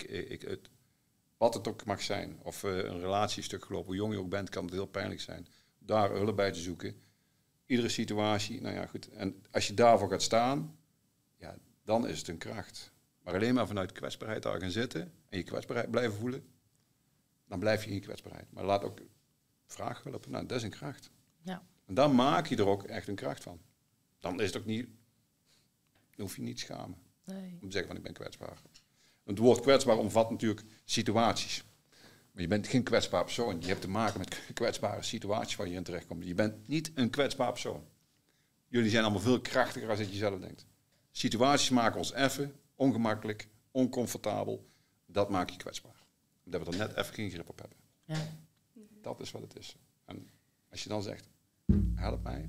wat het ook mag zijn. Of een relatie is stuk gelopen. Hoe jong je ook bent, kan het heel pijnlijk zijn. Daar hulp bij te zoeken. Iedere situatie, nou ja, goed. En als je daarvoor gaat staan, ja, dan is het een kracht. Maar alleen maar vanuit kwetsbaarheid daar gaan zitten en je kwetsbaarheid blijven voelen, dan blijf je in je kwetsbaarheid. Maar laat ook vraag hulp. Nou, dat is een kracht. Ja. En dan maak je er ook echt een kracht van. Dan is het ook niet, dan hoef je niet te schamen. Nee. Om te zeggen van ik ben kwetsbaar. Het woord kwetsbaar omvat natuurlijk situaties. Maar je bent geen kwetsbaar persoon. Je hebt te maken met kwetsbare situaties waar je in terechtkomt. Je bent niet een kwetsbaar persoon. Jullie zijn allemaal veel krachtiger dan je zelf denkt. Situaties maken ons effen, ongemakkelijk, oncomfortabel. Dat maakt je kwetsbaar. Omdat we er net even geen grip op hebben. Ja. Dat is wat het is. En als je dan zegt, help mij.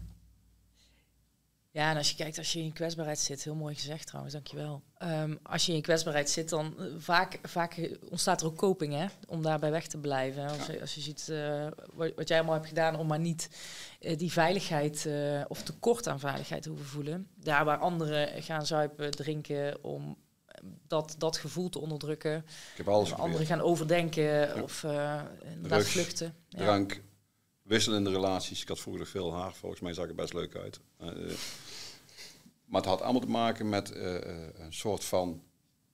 Ja, en als je kijkt, als je in je kwetsbaarheid zit, heel mooi gezegd trouwens, dankjewel. Als je in je kwetsbaarheid zit, dan vaak ontstaat er ook coping, hè, om daarbij weg te blijven. Als je ziet wat jij allemaal hebt gedaan om maar niet die veiligheid of tekort aan veiligheid te hoeven voelen. Daar waar anderen gaan zuipen, drinken om dat gevoel te onderdrukken. Ik heb alles geprobeerd. Anderen gaan overdenken of inderdaad Drugs, vluchten. Drank, wisselende relaties. Ik had vroeger veel haar, volgens mij zag ik er best leuk uit. Maar het had allemaal te maken met een soort van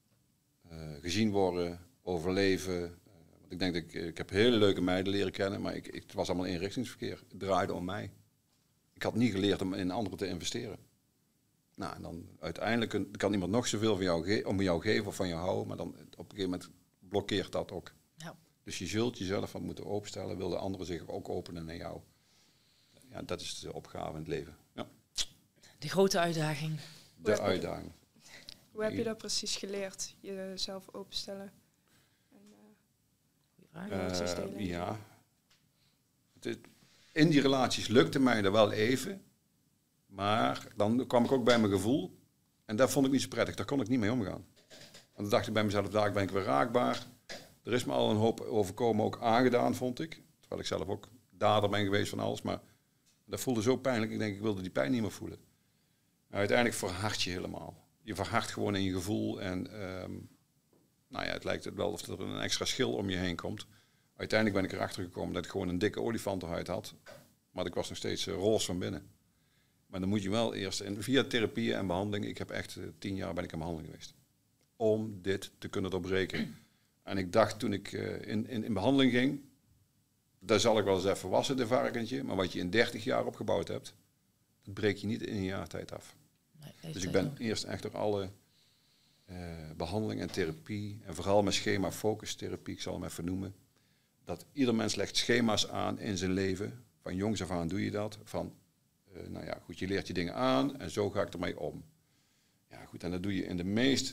gezien worden, overleven. Want ik denk dat ik heb hele leuke meiden leren kennen, maar het was allemaal eenrichtingsverkeer. Het draaide om mij. Ik had niet geleerd om in anderen te investeren. Nou, en dan uiteindelijk kan iemand nog zoveel van jou geven of van jou houden, maar dan op een gegeven moment blokkeert dat ook. Ja. Dus je zult jezelf wat moeten openstellen, wil de anderen zich ook openen naar jou. Ja, dat is de opgave in het leven. Ja. De grote uitdaging. De uitdaging. Hoe heb je dat precies geleerd? Jezelf openstellen? En, ja. In die relaties lukte mij er wel even. Maar dan kwam ik ook bij mijn gevoel. En dat vond ik niet zo prettig. Daar kon ik niet mee omgaan. En dan dacht ik bij mezelf, daar ben ik weer raakbaar. Er is me al een hoop overkomen, ook aangedaan, vond ik. Terwijl ik zelf ook dader ben geweest van alles. Maar dat voelde zo pijnlijk. Ik denk, ik wilde die pijn niet meer voelen. Maar uiteindelijk verhard je helemaal. Je verhardt gewoon in je gevoel. En nou ja, het lijkt het wel of er een extra schil om je heen komt. Uiteindelijk ben ik erachter gekomen dat ik gewoon een dikke olifantenhuid had. Maar ik was nog steeds roze van binnen. Maar dan moet je wel eerst, via therapieën en behandeling, ik heb echt 10 jaar ben ik in behandeling geweest. Om dit te kunnen doorbreken. En ik dacht toen ik in behandeling ging, daar zal ik wel eens even wassen, de varkentje. Maar wat je in 30 jaar opgebouwd hebt, dat breek je niet in een jaar tijd af. Nee, dus ik ben eerst echt door alle behandeling en therapie, en vooral met schema-focus therapie, ik zal hem even noemen, dat ieder mens legt schema's aan in zijn leven. Van jongs af aan doe je dat. Van, nou ja, goed, je leert je dingen aan en zo ga ik ermee om. Ja, goed, en dat doe je in de meest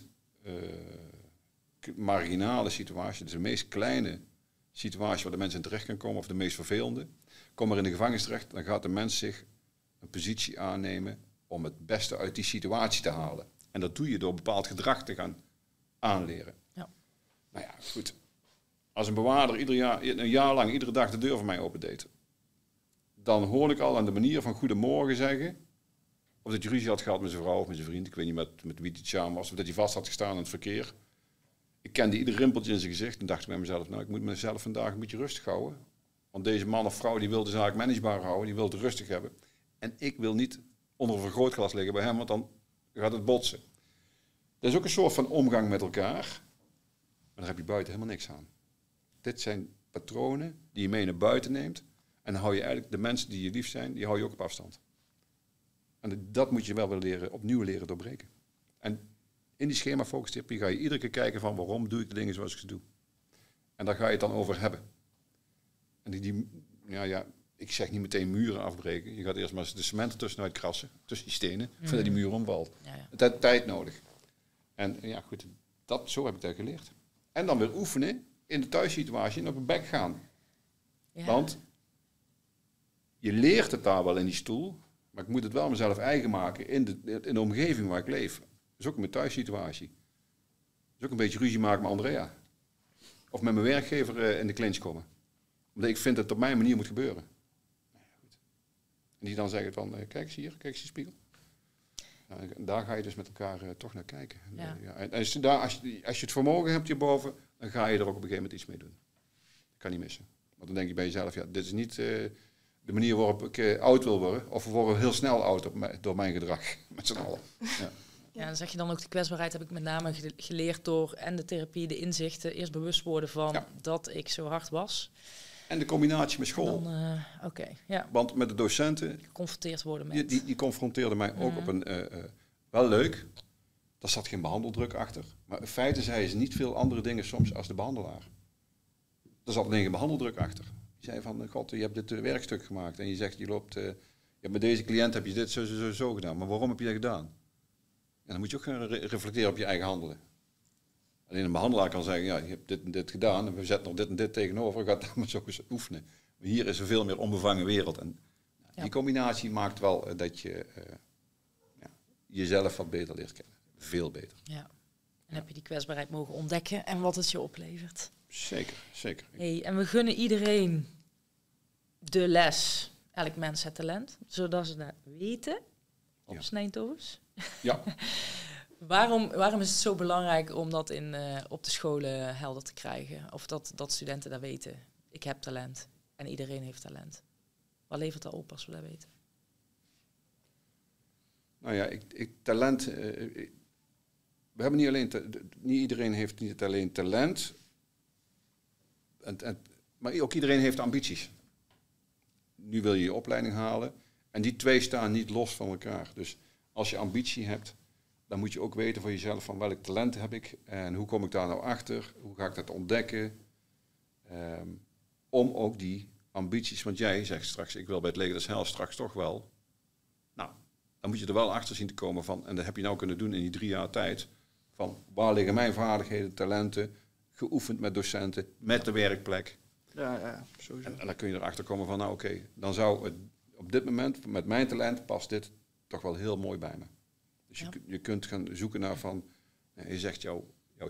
marginale situatie, dus de meest kleine situatie waar de mens in terecht kan komen, of de meest vervelende. Kom maar in de gevangenis terecht, dan gaat de mens zich een positie aannemen om het beste uit die situatie te halen. En dat doe je door bepaald gedrag te gaan aanleren. Ja. Nou ja, goed. Als een bewaarder een jaar lang iedere dag de deur voor mij opendeed, dan hoorde ik al aan de manier van goedemorgen zeggen, of dat hij ruzie had gehad met zijn vrouw of met zijn vriend, ik weet niet met wie die samen was, of dat hij vast had gestaan in het verkeer. Ik kende ieder rimpeltje in zijn gezicht en dacht ik bij mezelf, nou, ik moet mezelf vandaag een beetje rustig houden. Want deze man of vrouw die wil de zaak managebaar houden, die wil het rustig hebben. En ik wil niet onder een vergrootglas liggen bij hem, want dan gaat het botsen. Dat is ook een soort van omgang met elkaar, maar daar heb je buiten helemaal niks aan. Dit zijn patronen die je mee naar buiten neemt en dan hou je eigenlijk de mensen die je lief zijn, die hou je ook op afstand. En dat moet je wel weer opnieuw leren doorbreken. En in die schema-focustherapie ga je iedere keer kijken van waarom doe ik de dingen zoals ik ze doe. En daar ga je het dan over hebben. En ik zeg niet meteen muren afbreken. Je gaat eerst maar de cement ertussenuit krassen, tussen die stenen, voordat die muur omvalt. Ja, ja. Het heeft tijd nodig. En ja, goed, zo heb ik dat geleerd. En dan weer oefenen in de thuissituatie en op mijn bek gaan. Ja. Want je leert het daar wel in die stoel, maar ik moet het wel mezelf eigen maken in de omgeving waar ik leef. Dat is ook in mijn thuissituatie. Dat is ook een beetje ruzie maken met Andrea. Of met mijn werkgever in de clinch komen. Omdat ik vind dat het op mijn manier moet gebeuren. En die dan zeggen van, kijk eens hier, kijk eens die spiegel. Nou, daar ga je dus met elkaar toch naar kijken. Ja. En als je het vermogen hebt hierboven, dan ga je er ook op een gegeven moment iets mee doen. Dat kan niet missen. Want dan denk je bij jezelf, ja, dit is niet de manier waarop ik oud wil worden. Of we worden heel snel oud door mijn gedrag. Met z'n allen. Ja. Ja, dan zeg je dan ook de kwetsbaarheid heb ik met name geleerd door en de therapie, de inzichten, eerst bewust worden van dat ik zo hard was. En de combinatie met school. Ja. Want met de docenten, geconfronteerd worden met. Die confronteerden mij ook op een, wel leuk, daar zat geen behandeldruk achter. Maar in feite zei ze niet veel andere dingen soms als de behandelaar. Er zat alleen geen behandeldruk achter. Die zei van, god, je hebt dit werkstuk gemaakt en je zegt, je hebt met deze cliënt heb je dit zo gedaan. Maar waarom heb je dat gedaan? En dan moet je ook gaan reflecteren op je eigen handelen. Alleen een behandelaar kan zeggen, ja, je hebt dit en dit gedaan en we zetten nog dit en dit tegenover, gaat dat maar zo eens oefenen. Maar hier is een veel meer onbevangen wereld. En die combinatie maakt wel dat je jezelf wat beter leert kennen. Veel beter. Ja. En heb je die kwetsbaarheid mogen ontdekken en wat het je oplevert. Zeker, zeker. Hey, en we gunnen iedereen de les. Elk mens het talent, zodat ze dat weten op Snijntovers. Ja. Waarom is het zo belangrijk om dat op de scholen helder te krijgen? Of dat studenten dat weten? Ik heb talent en iedereen heeft talent. Wat levert dat op als we dat weten? Nou ja, talent... we hebben niet alleen... niet iedereen heeft niet alleen talent. Maar ook iedereen heeft ambities. Nu wil je je opleiding halen. En die twee staan niet los van elkaar. Dus als je ambitie hebt, dan moet je ook weten voor jezelf van welk talent heb ik en hoe kom ik daar nou achter, hoe ga ik dat ontdekken, om ook die ambities, want jij zegt straks, ik wil bij het leger des Heils straks toch wel, nou, dan moet je er wel achter zien te komen van, en dat heb je nou kunnen doen in die 3 jaar tijd, van waar liggen mijn vaardigheden, talenten, geoefend met docenten, met de werkplek. Ja, sowieso. En dan kun je erachter komen van, nou oké, dan zou het op dit moment, met mijn talent, past dit toch wel heel mooi bij me. Dus je kunt gaan zoeken naar van, je zegt jouw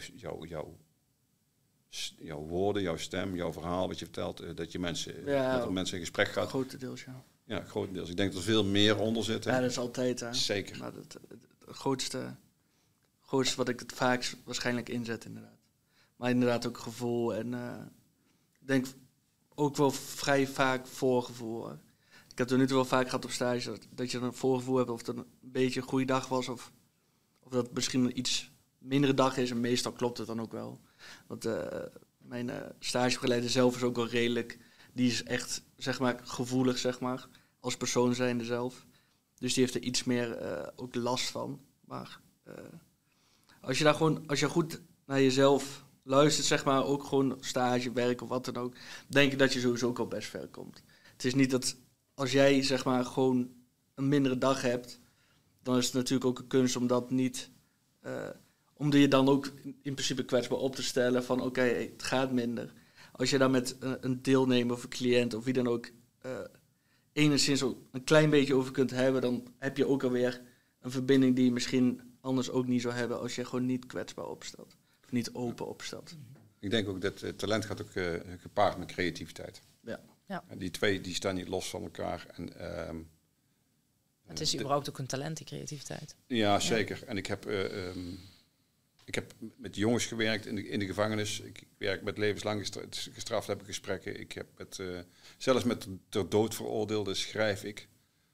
woorden, jouw stem, jouw verhaal, wat je vertelt, dat je mensen, dat er mensen in gesprek gaat. Grotendeels, ja. Ja, grotendeels. Ik denk dat er veel meer onder zit. Ja, dat is altijd, hè. Zeker. Maar het grootste wat ik het vaakst waarschijnlijk inzet, inderdaad. Maar inderdaad ook gevoel en ik denk ook wel vrij vaak voorgevoel. Hoor. Ik heb er nu toe wel vaak gehad op stage dat je een voorgevoel hebt of het een beetje een goede dag was of dat het misschien een iets mindere dag is. En meestal klopt het dan ook wel. Want mijn stagebegeleider zelf is ook wel redelijk. Die is echt, zeg maar, gevoelig, zeg maar, als persoon zijnde zelf. Dus die heeft er iets meer ook last van. Maar als je goed naar jezelf luistert, zeg maar, ook gewoon stage, werk of wat dan ook, denk ik dat je sowieso ook al best ver komt. Het is niet dat als jij, zeg maar, gewoon een mindere dag hebt, dan is het natuurlijk ook een kunst om dat niet, om je dan ook in principe kwetsbaar op te stellen van oké, het gaat minder. Als je daar met een deelnemer of een cliënt of wie dan ook enigszins ook een klein beetje over kunt hebben, dan heb je ook alweer een verbinding die je misschien anders ook niet zou hebben als je gewoon niet kwetsbaar opstelt. Of niet open opstelt. Ik denk ook dat talent gaat ook gepaard met creativiteit. Ja. En die twee die staan niet los van elkaar. En, het is überhaupt ook een talent, die creativiteit. Ja, zeker. En ik heb met jongens gewerkt in de gevangenis. Ik werk met levenslang gestraft, heb ik gesprekken. Ik heb zelfs met ter dood veroordeelden schrijf ik.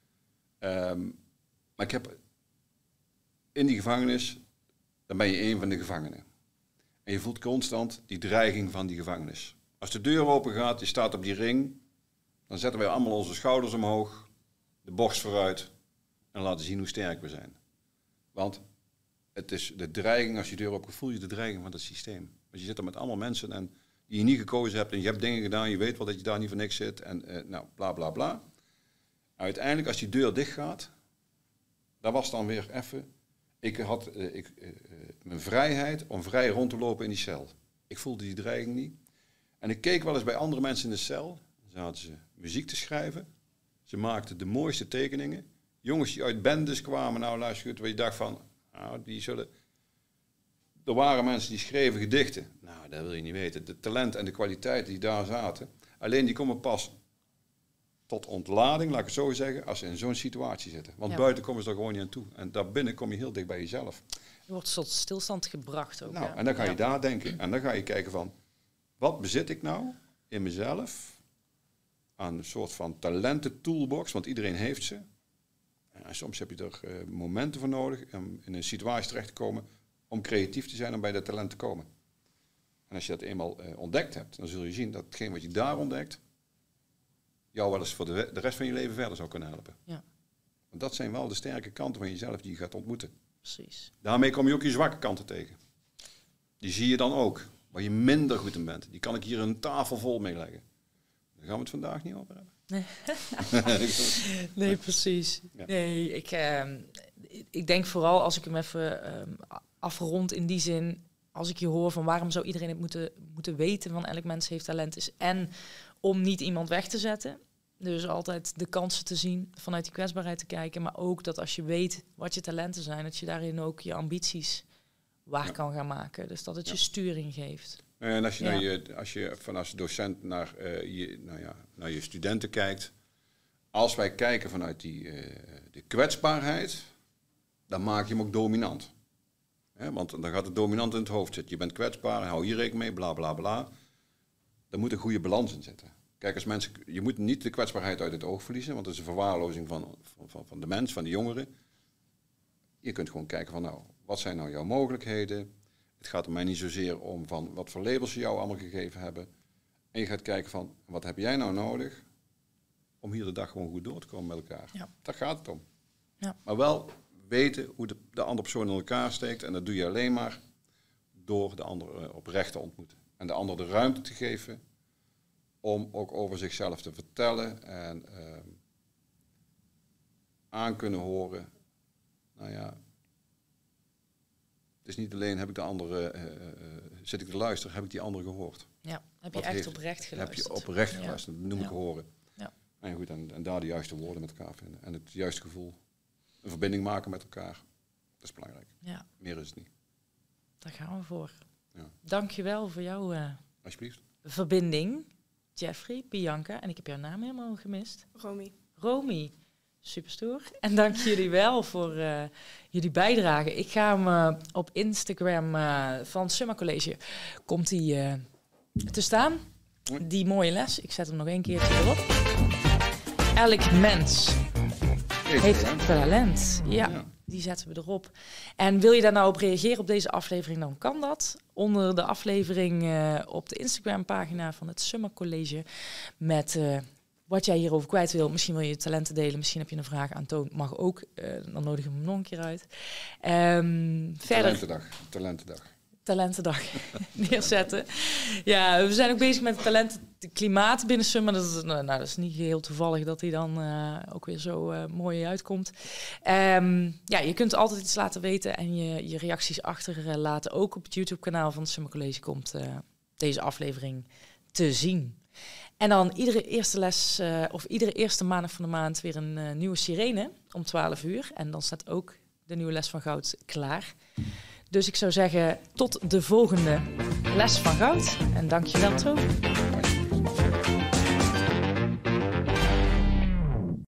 Maar ik heb in die gevangenis, dan ben je een van de gevangenen. En je voelt constant die dreiging van die gevangenis. Als de deur open gaat, je staat op die ring, dan zetten wij allemaal onze schouders omhoog, de borst vooruit en laten zien hoe sterk we zijn. Want het is de dreiging, als je de deur open voel je de dreiging van het systeem. Want je zit er met allemaal mensen en die je niet gekozen hebt en je hebt dingen gedaan, je weet wel dat je daar niet voor niks zit en nou, bla bla bla. Uiteindelijk, als die deur dicht gaat, dat was dan weer even. Ik had mijn vrijheid om vrij rond te lopen in die cel. Ik voelde die dreiging niet. En ik keek wel eens bij andere mensen in de cel. Dan zaten ze muziek te schrijven. Ze maakten de mooiste tekeningen. Jongens die uit bendes kwamen, nou luister goed, waar je dacht van, nou, die zullen... Er waren mensen die schreven gedichten. Nou, dat wil je niet weten. De talent en de kwaliteit die daar zaten. Alleen die komen pas tot ontlading, laat ik het zo zeggen, als ze in zo'n situatie zitten. Want buiten komen ze er gewoon niet aan toe. En daarbinnen kom je heel dicht bij jezelf. Je wordt tot stilstand gebracht ook. Nou, ja. En dan ga je daar denken. En dan ga je kijken van, wat bezit ik nou in mezelf aan een soort van talententoolbox, want iedereen heeft ze. En soms heb je er momenten voor nodig om in een situatie terecht te komen om creatief te zijn om bij dat talent te komen. En als je dat eenmaal ontdekt hebt, dan zul je zien dat hetgeen wat je daar ontdekt jou wel eens voor de rest van je leven verder zou kunnen helpen. Ja. Want dat zijn wel de sterke kanten van jezelf die je gaat ontmoeten. Precies. Daarmee kom je ook je zwakke kanten tegen. Die zie je dan ook, waar je minder goed in bent. Die kan ik hier een tafel vol mee leggen. Daar gaan we het vandaag niet over hebben. Nee, precies. Ja. Nee, ik denk vooral als ik hem even afrond in die zin, als ik je hoor van waarom zou iedereen het moeten weten van elk mens heeft talent is en om niet iemand weg te zetten. Dus altijd de kansen te zien, vanuit die kwetsbaarheid te kijken. Maar ook dat als je weet wat je talenten zijn, dat je daarin ook je ambities waar kan gaan maken. Dus dat het je sturing geeft. En als je als docent naar je studenten kijkt, als wij kijken vanuit de kwetsbaarheid, dan maak je hem ook dominant. Want dan gaat het dominant in het hoofd zitten. Je bent kwetsbaar, hou hier rekening mee, bla bla bla. Daar moet een goede balans in zitten. Kijk, als mensen, je moet niet de kwetsbaarheid uit het oog verliezen, want dat is een verwaarlozing van de mens, van de jongeren. Je kunt gewoon kijken van, nou, wat zijn nou jouw mogelijkheden? Het gaat er mij niet zozeer om van wat voor labels ze jou allemaal gegeven hebben. En je gaat kijken van, wat heb jij nou nodig om hier de dag gewoon goed door te komen met elkaar? Ja. Daar gaat het om. Ja. Maar wel weten hoe de andere persoon in elkaar steekt. En dat doe je alleen maar door de ander oprecht te ontmoeten. En de ander de ruimte te geven om ook over zichzelf te vertellen en aan kunnen horen. Nou ja, het is niet alleen heb ik de andere, zit ik te luisteren, heb ik die andere gehoord. Ja, heb je echt oprecht geluisterd. Heb je oprecht geluisterd, dat noem ik horen. Ja. En goed, en daar de juiste woorden met elkaar vinden. En het juiste gevoel, een verbinding maken met elkaar. Dat is belangrijk. Ja. Meer is het niet. Daar gaan we voor. Ja. Dank je wel voor jouw Alsjeblieft. verbinding. Jeffrey, Bianca, en ik heb jouw naam helemaal gemist. Romy. Superstoer. En dank jullie wel voor jullie bijdrage. Ik ga hem op Instagram van Summa College komt hij te staan. die mooie les. Ik zet hem nog een keertje erop. Elk mens heeft talent. Ja, die zetten we erop. En wil je daar nou op reageren op deze aflevering, dan kan dat. Onder de aflevering op de Instagram-pagina van het Summer College. Met wat jij hierover kwijt wil. Misschien wil je je talenten delen. Misschien heb je een vraag aan Toon. Mag ook. Dan nodigen we hem nog een keer uit. Verder. Talentendag neerzetten. Ja, we zijn ook bezig met het talentenklimaat binnen Summer. Dat is niet heel toevallig dat hij dan ook weer zo mooi uitkomt. Je kunt altijd iets laten weten en je reacties achterlaten. Ook op het YouTube-kanaal van het Summer College komt deze aflevering te zien. En dan iedere eerste les of iedere eerste maandag van de maand weer een nieuwe sirene om 12 uur. En dan staat ook de nieuwe les van Goud klaar. Dus ik zou zeggen, tot de volgende les van Goud. En dankjewel, Toon.